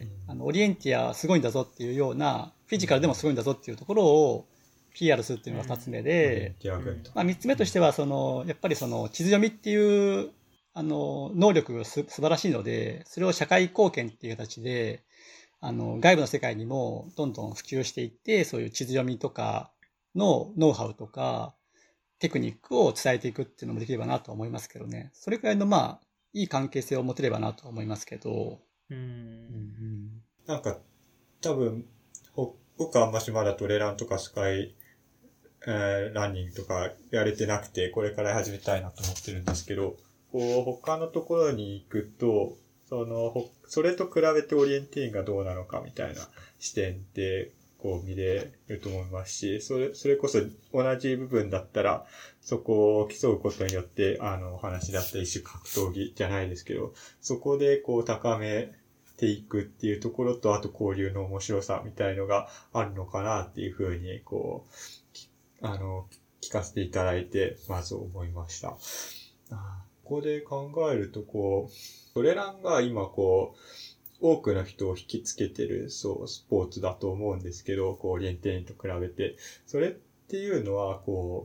オリエンティアすごいんだぞっていうようなフィジカルでもすごいんだぞっていうところを PR するっていうのが2つ目で、3つ目としてはやっぱりその地図読みっていう能力が素晴らしいので、それを社会貢献っていう形で外部の世界にもどんどん普及していって、そういう地図読みとかのノウハウとかテクニックを伝えていくっていうのもできればなと思いますけどね。それくらいのいい関係性を持てればなと思いますけど。 なんか多分僕はあんましまだトレランとかスカイ、ランニングとかやれてなくて、これから始めたいなと思ってるんですけど、他のところに行くと、それと比べてオリエンティングがどうなのかみたいな視点で見れると思いますし、それこそ同じ部分だったら、そこを競うことによって、お話だったり一種格闘技じゃないですけど、そこで高めていくっていうところと、あと交流の面白さみたいのがあるのかなっていうふうに、聞かせていただいて、まず思いました。ここで考えると、トレランが今多くの人を引きつけてる、スポーツだと思うんですけど、オリエンテーリングと比べて。それっていうのは、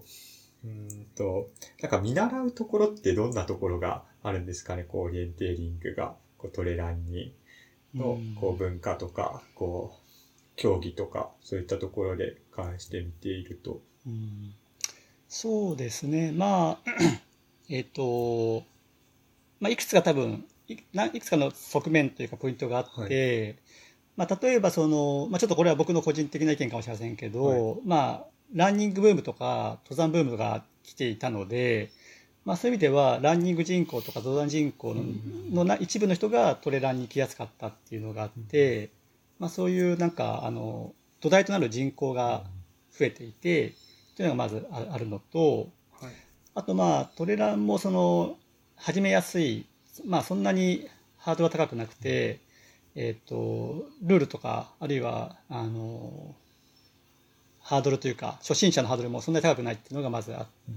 なんか見習うところってどんなところがあるんですかね、オリエンテーリングが、トレランの、文化とか、競技とか、そういったところで関して見ていると。 そうですね。いくつか多分、いくつかの側面というかポイントがあって、例えばちょっとこれは僕の個人的な意見かもしれませんけど、 ランニングブームとか登山ブームが来ていたので、まあそういう意味ではランニング人口とか登山人口の一部の人がトレランに来やすかったっていうのがあって、まあそういうなんか土台となる人口が増えていてというのがまずあるのと、 はい、 あとまあトレランも始めやすい、まあそんなにハードルは高くなくて、ルールとかあるいはハードルというか初心者のハードルもそんなに高くないっていうのがまずあって、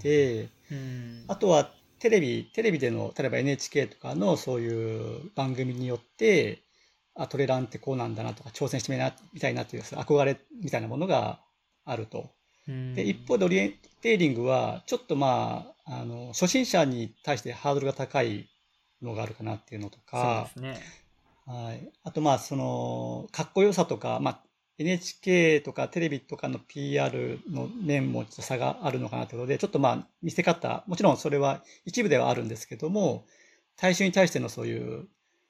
あとはテレビでの例えば NHK とかのそういう番組によってトレランってこうなんだなとか挑戦してみたいなという憧れみたいなものがあると。で一方でオリエンテーリングはちょっとまあ初心者に対してハードルが高いのがあるかなっていうのとか、 そうですね、 はい、あとまあかっこよさとか、まあ、NHK とかテレビとかの PR の面もちょっと差があるのかなということで、ちょっとまあ見せ方、もちろんそれは一部ではあるんですけども、大衆に対してのそういう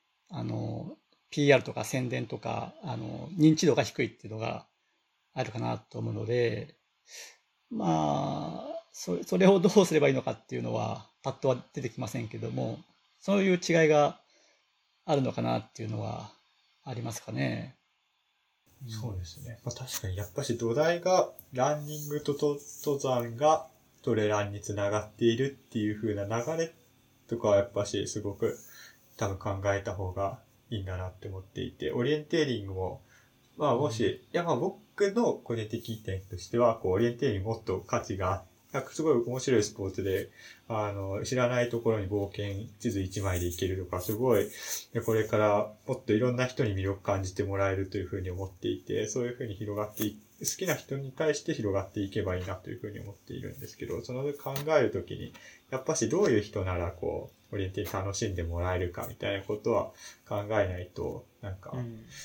PR とか宣伝とか認知度が低いっていうのがあるかなと思うので、まあそれをどうすればいいのかっていうのはパッとは出てきませんけども、そういう違いがあるのかなっていうのはありますかね。 そうですね。まあ、確かにやっぱし土台がランニングと登山がトレランにつながっているっていう風な流れとかはやっぱしすごく多分考えた方がいいんだなって思っていて、オリエンテーリングもまあもし、いやまあ僕の個人的意見としては、オリエンテーリングもっと価値があって、すごい面白いスポーツで、知らないところに冒険地図1枚で行けるとか、すごい、これからもっといろんな人に魅力感じてもらえるというふうに思っていて、そういうふうに広がって好きな人に対して広がっていけばいいなというふうに思っているんですけど、その考えるときに、やっぱしどういう人ならオリエンテーリング楽しんでもらえるかみたいなことは考えないと、なんか、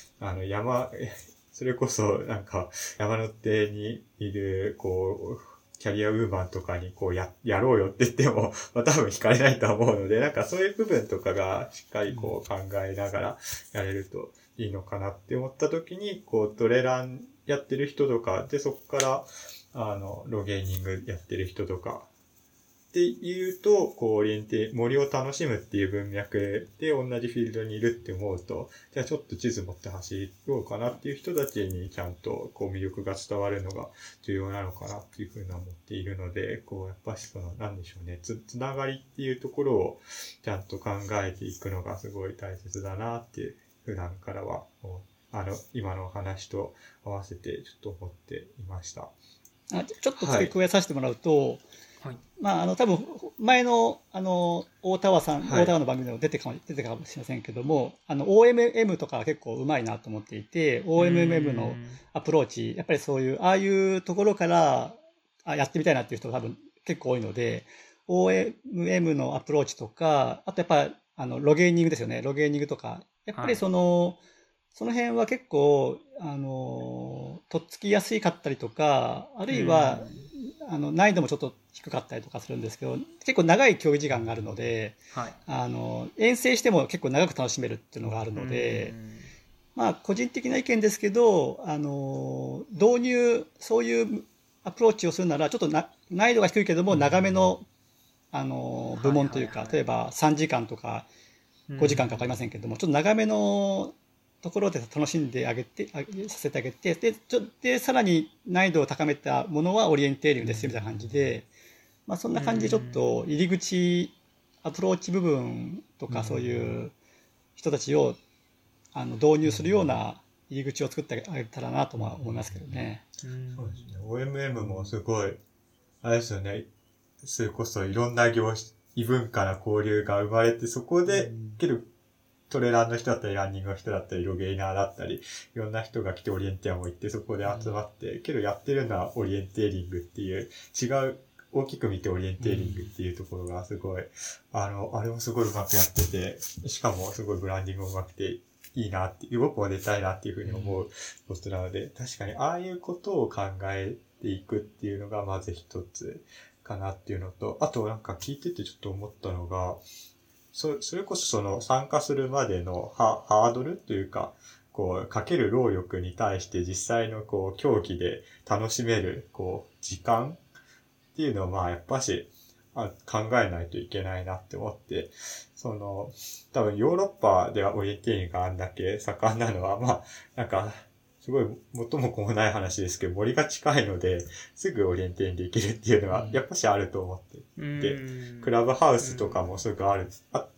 それこそ、なんか、山の手にいる、キャリアウーマンとかにやろうよって言っても、まあ多分惹かれないとは思うので、なんかそういう部分とかがしっかり考えながらやれるといいのかなって思った時に、トレランやってる人とか、で、そこから、ロゲーニングやってる人とか、っていうと、森を楽しむっていう文脈で同じフィールドにいるって思うと、じゃあちょっと地図持って走ろうかなっていう人たちにちゃんと魅力が伝わるのが重要なのかなっていうふうに思っているので、やっぱしなんでしょうね、つながりっていうところをちゃんと考えていくのがすごい大切だなっていう普段からは、今の話と合わせてちょっと思っていました。 ちょっと付け加えさせてもらうと、 はい、 まあ、多分、前の、大田川の番組でも出てかもしれませんけども、OMM とか結構うまいなと思っていて、OMM のアプローチ、やっぱりそういう、ああいうところからやってみたいなっていう人が多分結構多いので、OMM のアプローチとか、あとやっぱロゲーニングですよね。ロゲーニングとか。やっぱりその辺は結構、とっつきやすかったりとか、あるいは、難易度もちょっと低かったりとかするんですけど、結構長い競技時間があるので、 はい、 遠征しても結構長く楽しめるっていうのがあるので、まあ個人的な意見ですけど、そういうアプローチをするなら、ちょっと難易度が低いけども長めの、部門というか、例えば3時間とか5時間かかりませんけども、ちょっと長めのところで楽しんでさせてあげて、で、さらに難易度を高めたものはオリエンテーリングですみたいな感じで、まあそんな感じでちょっと入り口、アプローチ部分とかそういう人たちを導入するような入り口を作ってあげたらなとは思いますけどね。 そうですね。OMM もすごい、あれですよね。それこそいろんな異文化な交流が生まれて、そこで、トレランの人だったり、ランニングの人だったり、ロゲーナーだったり、いろんな人が来てオリエンテーも行って、そこで集まって、やってるのはオリエンテーリングっていう、大きく見てオリエンテーリングっていうところがすごい、あれもすごい上手くやってて、しかもすごいブランディングも上手くて、いいなって、僕も出たいなっていうふうに思うポストなので、確かにああいうことを考えていくっていうのがまず一つかなっていうのと、あとなんか聞いててちょっと思ったのが、それこそ参加するまでのハードルというか、 こう、かける労力に対して実際のこう、競技で楽しめる、こう、時間っていうのはまあ、やっぱし、考えないといけないなって思って、多分ヨーロッパではオリエンテーリングがあんだけ盛んなのは、まあ、なんか、すごい元も子もない話ですけど、森が近いので、すぐオリエンテーリングできるっていうのは、やっぱしあると思ってて、クラブハウスとかもすぐあって、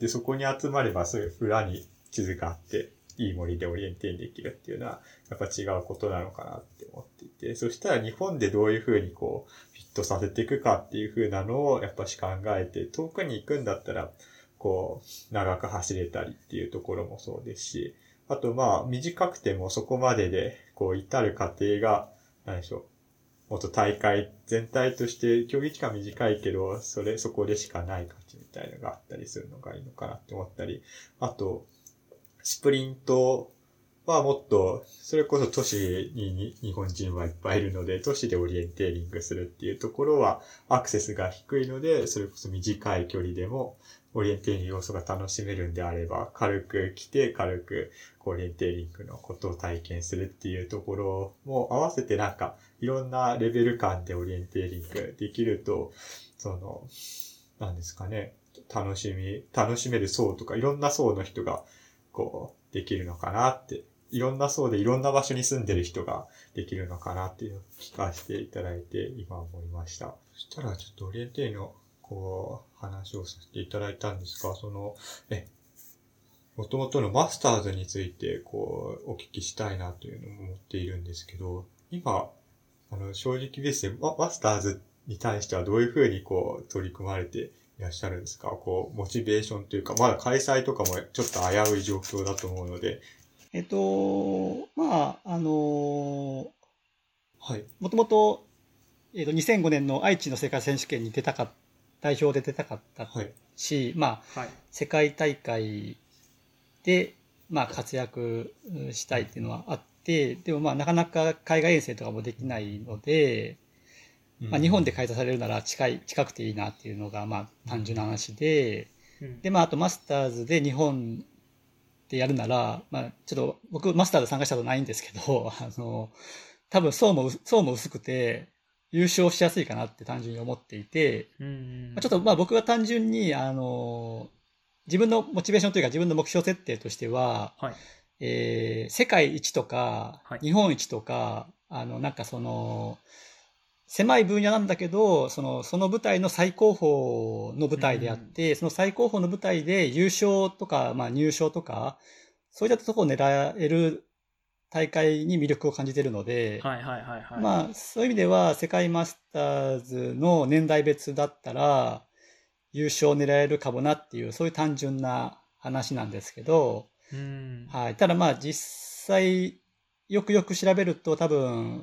そこに集まればすぐ裏に地図があって、いい森でオリエンテーリングできるっていうのは、やっぱ違うことなのかなって思っていて、そしたら日本でどういうふうにこう、フィットさせていくかっていうふうなのを、やっぱし考えて、遠くに行くんだったら、こう、長く走れたりっていうところもそうですし、あとまあ、短くてもそこまでで、こう、至る過程が、何でしょう。もっと大会全体として競技期間短いけど、そこでしかない価値みたいのがあったりするのがいいのかなって思ったり、あと、スプリントはもっと、それこそ都市に日本人はいっぱいいるので、都市でオリエンテーリングするっていうところはアクセスが低いので、それこそ短い距離でもオリエンテーリング要素が楽しめるんであれば、軽く来て軽くオリエンテーリングのことを体験するっていうところも合わせてなんかいろんなレベル感でオリエンテーリングできると、なんですかね、楽しめる層とかいろんな層の人がこうできるのかなって、いろんな層でいろんな場所に住んでる人ができるのかなっていうのを聞かせていただいて今思いました。そしたらちょっとオリエンテーリングのこう話をさせていただいたんですが、元々のマスターズについてこうお聞きしたいなというのも思っているんですけど、今正直ですね、マスターズに対してはどういうふうにこう取り組まれていらっしゃるんですか？こうモチベーションというか、まだ開催とかもちょっと危うい状況だと思うので。 まあはい。 もともと2005年の愛知の世界選手権に代表で出たかったし、はい、まあ、はい、世界大会で、まあ、活躍したいっていうのはあって、でもまあ、なかなか海外遠征とかもできないので、まあ、日本で開催されるなら近くていいなっていうのが、まあ、単純な話で、で、まあ、あとマスターズで日本でやるなら、まあ、ちょっと僕マスターズ参加したことないんですけど、多分層も薄くて、優勝しやすいかなって単純に思っていて、ちょっとまあ僕は単純に、自分のモチベーションというか自分の目標設定としては、はい、世界一とか、はい、日本一とか、なんか狭い分野なんだけど、その舞台の最高峰の舞台であって、その最高峰の舞台で優勝とか、まあ入賞とか、そういったところを狙える大会に魅力を感じているので、まあそういう意味では世界マスターズの年代別だったら優勝を狙えるかもなっていう、そういう単純な話なんですけど、はい、ただまあ実際よくよく調べると多分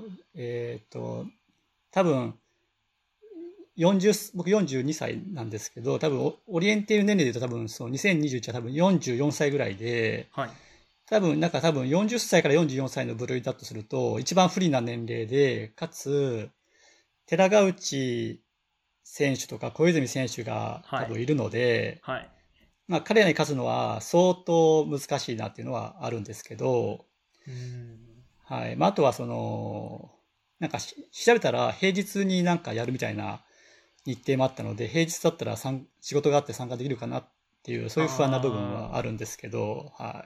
僕42歳なんですけど、多分オリエンテール年齢で言うと多分2021は多分44歳ぐらいで、はい、多分40歳から44歳の部類だとすると一番不利な年齢で、かつ寺川内選手とか小泉選手が多分いるので、はいはい、まあ彼らに勝つのは相当難しいなっていうのはあるんですけど、はい、まああとはなんか調べたら平日になんかやるみたいな日程もあったので、平日だったら仕事があって参加できるかなっていう、そういう不安な部分はあるんですけど、はい。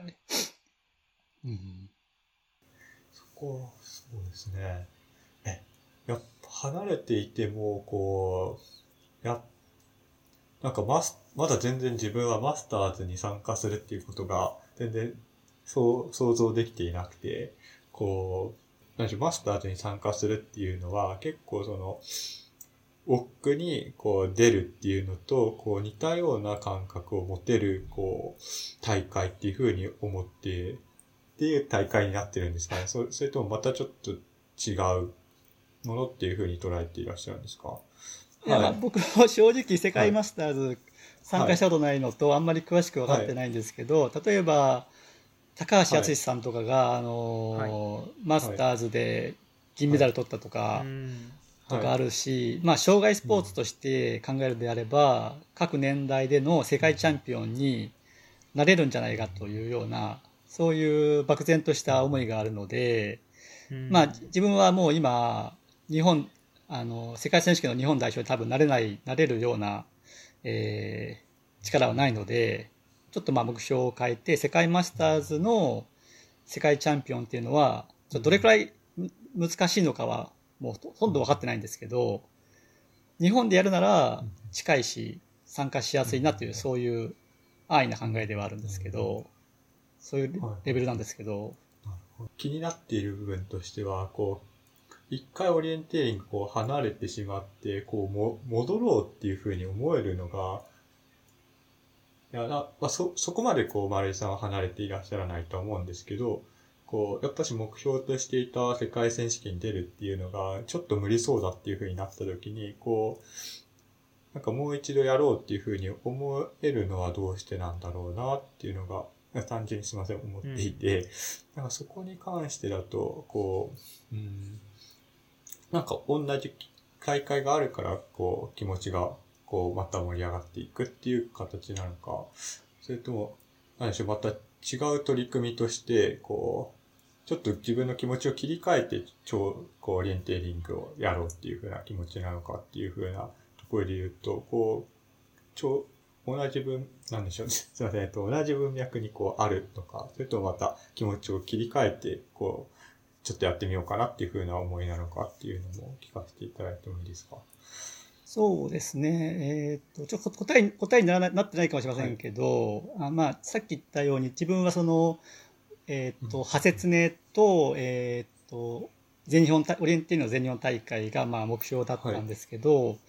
そうですね。やっぱ離れていても、こう、なんかまだ全然自分はマスターズに参加するっていうことが全然想像できていなくて、こう、マスターズに参加するっていうのは結構億劫にこう出るっていうのとこう似たような感覚を持てるこう大会っていう風に思ってっていう大会になってるんですかね。それともまたちょっと違うものっていう風に捉えていらっしゃるんですか？ いや、はい、僕は正直世界マスターズ参加したことないのとあんまり詳しく分かってないんですけど、はい、例えば高橋敦さんとかが、マスターズで銀メダル取ったとか、とかあるし、まあ障害スポーツとして考えるのであれば、各年代での世界チャンピオンになれるんじゃないかというような、 そういう漠然とした思いがあるので、まあ自分はもう今、世界選手権の日本代表に多分なれるような、力はないので、ちょっとまあ目標を変えて、世界マスターズの世界チャンピオンっていうのは、どれくらい難しいのかはもうほとんど分かってないんですけど、日本でやるなら近いし参加しやすいなという、そういう安易な考えではあるんですけど、そういうレベルなんですけど、 気になっている部分としては、一回オリエンテーリング離れてしまって、戻ろうっていうふうに思えるのが、そこまで丸井さんは離れていらっしゃらないと思うんですけど、やっぱし目標としていた世界選手権に出るっていうのが、ちょっと無理そうだっていうふうになった時に、なんかもう一度やろうっていうふうに思えるのはどうしてなんだろうなっていうのが、単純にすみません、思っていて、なんかそこに関してだと、なんか同じ大会があるから、気持ちが、また盛り上がっていくっていう形なのか、それとも、何でしょう、また違う取り組みとして、ちょっと自分の気持ちを切り替えて、オリエンテーリングをやろうっていう風な気持ちなのかっていう風なところで言うと、同じなんでしょうね。すいません。同じ文脈にあるとか、それともまた気持ちを切り替えて、ちょっとやってみようかなっていう風な思いなのかっていうのも聞かせていただいてもいいですか？ そうですね。ちょっと答えになってないかもしれませんけど、はい、まあ、さっき言ったように自分はハセツネと、全日本オリエンテーリングの全日本大会がまあ目標だったんですけど、はい、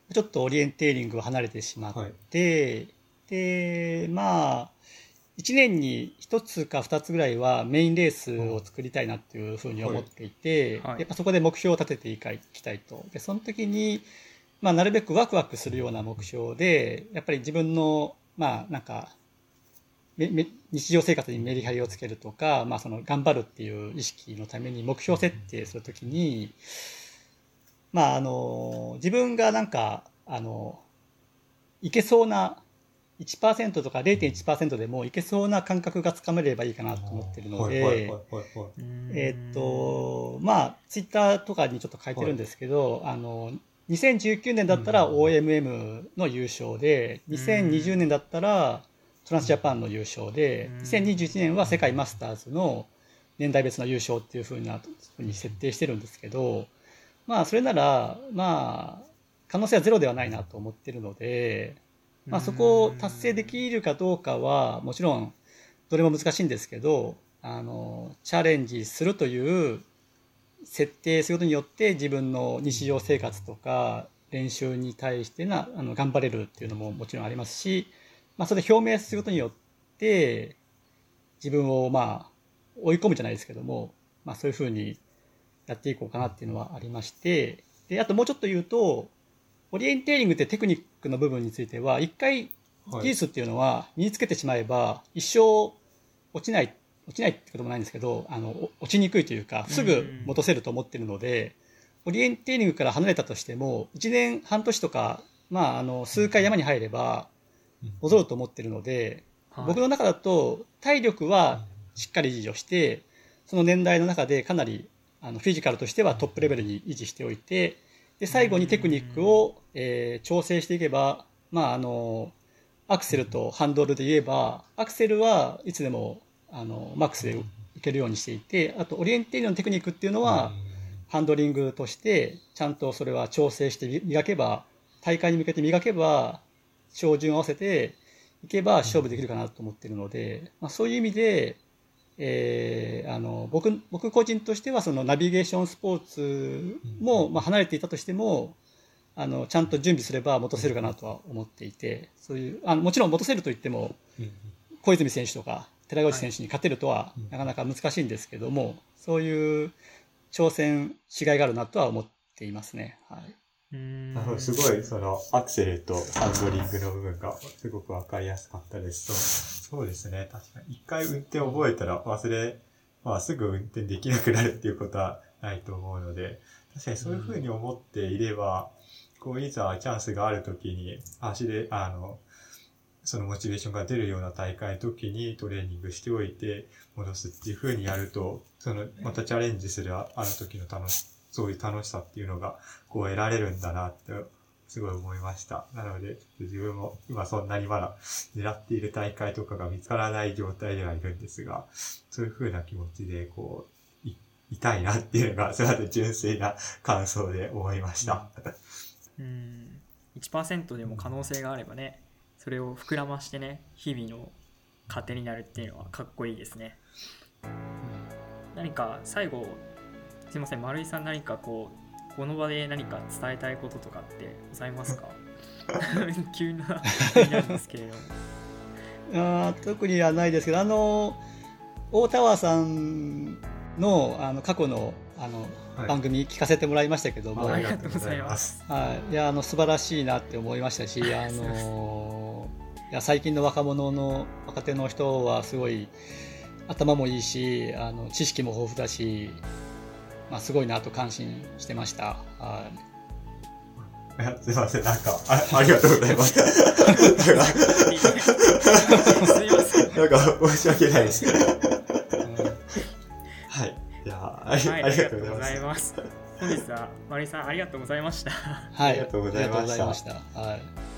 ちょっとオリエンテーリングを離れてしまって、はい、で、まあ、1年に1つか2つぐらいはメインレースを作りたいなっていうふうに思っていて、はい、やっぱそこで目標を立てていきたいと。で、その時に、まあ、なるべくワクワクするような目標で、やっぱり自分の、まあ、なんか、日常生活にメリハリをつけるとか、まあ、頑張るっていう意識のために目標設定するときに、まあ、自分がなんか、いけそうな、1% とか 0.1% でもいけそうな感覚がつかめればいいかなと思ってるので、まあ、ツイッターとかにちょっと書いてるんですけど、2019年だったら OMM の優勝で、2020年だったらトランスジャパンの優勝で、2021年は世界マスターズの年代別の優勝っていうふうに設定してるんですけど、まあそれなら、まあ可能性はゼロではないなと思ってるので、まあそこを達成できるかどうかはもちろんどれも難しいんですけど、チャレンジするという設定することによって自分の日常生活とか練習に対して頑張れるっていうのももちろんありますし、まあそれで表明することによって自分をまあ追い込むじゃないですけども、まあそういうふうにやっていこうかなっていうのはありまして、で、あともうちょっと言うと、オリエンテーリングってテクニックの部分については、一回技術っていうのは身につけてしまえば一生落ちないってこともないんですけど、落ちにくいというか、すぐ戻せると思ってるので、オリエンテーリングから離れたとしても、1年半年とか、まあ、数回山に入れば戻ると思ってるので、僕の中だと体力はしっかり維持をして、その年代の中でかなりフィジカルとしてはトップレベルに維持しておいて、で最後にテクニックを、調整していけば、まあ、アクセルとハンドルで言えば、アクセルはいつでもマックスでいけるようにしていて、あとオリエンテーリングのテクニックっていうのはハンドリングとしてちゃんとそれは調整して磨けば、大会に向けて磨けば照準を合わせていけば勝負できるかなと思っているので、まあ、そういう意味で、僕個人としてはそのナビゲーションスポーツも、まあ、離れていたとしてもちゃんと準備すれば戻せるかなとは思っていて、そういうもちろん戻せるといっても小泉選手とか寺内選手に勝てるとはなかなか難しいんですけども、そういう挑戦しがいがあるなとは思っていますね。はい。 すごいアクセルとハンドリングの部分がすごくわかりやすかったです。そうですね。確かに一回運転を覚えたらまあすぐ運転できなくなるっていうことはないと思うので、確かにそういうふうに思っていれば、いざチャンスがあるときにそのモチベーションが出るような大会の時にトレーニングしておいて戻すっていう風にやると、またチャレンジするあの時のそういう楽しさっていうのがこう得られるんだなってすごい思いました。なので、自分も今そんなにまだ狙っている大会とかが見つからない状態ではいるんですが、そういう風な気持ちでこう、いたいなっていうのが、すごい純粋な感想で思いました。 1% でも可能性があればね、それを膨らましてね、日々の糧になるっていうのはかっこいいですね。何か最後、すいません、丸井さん何かこの場で何か伝えたいこととかってございますか？急ななんですけれども。 特にはないですけど、大田川さんの過去の番組聞かせてもらいましたけども、 ありがとうございます。 いや素晴らしいなって思いましたし、いや最近の若手の人はすごい頭もいいし、知識も豊富だし、すごいなと感心してました。 すいません、なんか ありがとうございます。 すいません。 なんか申し訳ないです。はい。じゃあ、ありがとうございます。 本日は丸井さんありがとうございました。 はい、ありがとうございました。はい。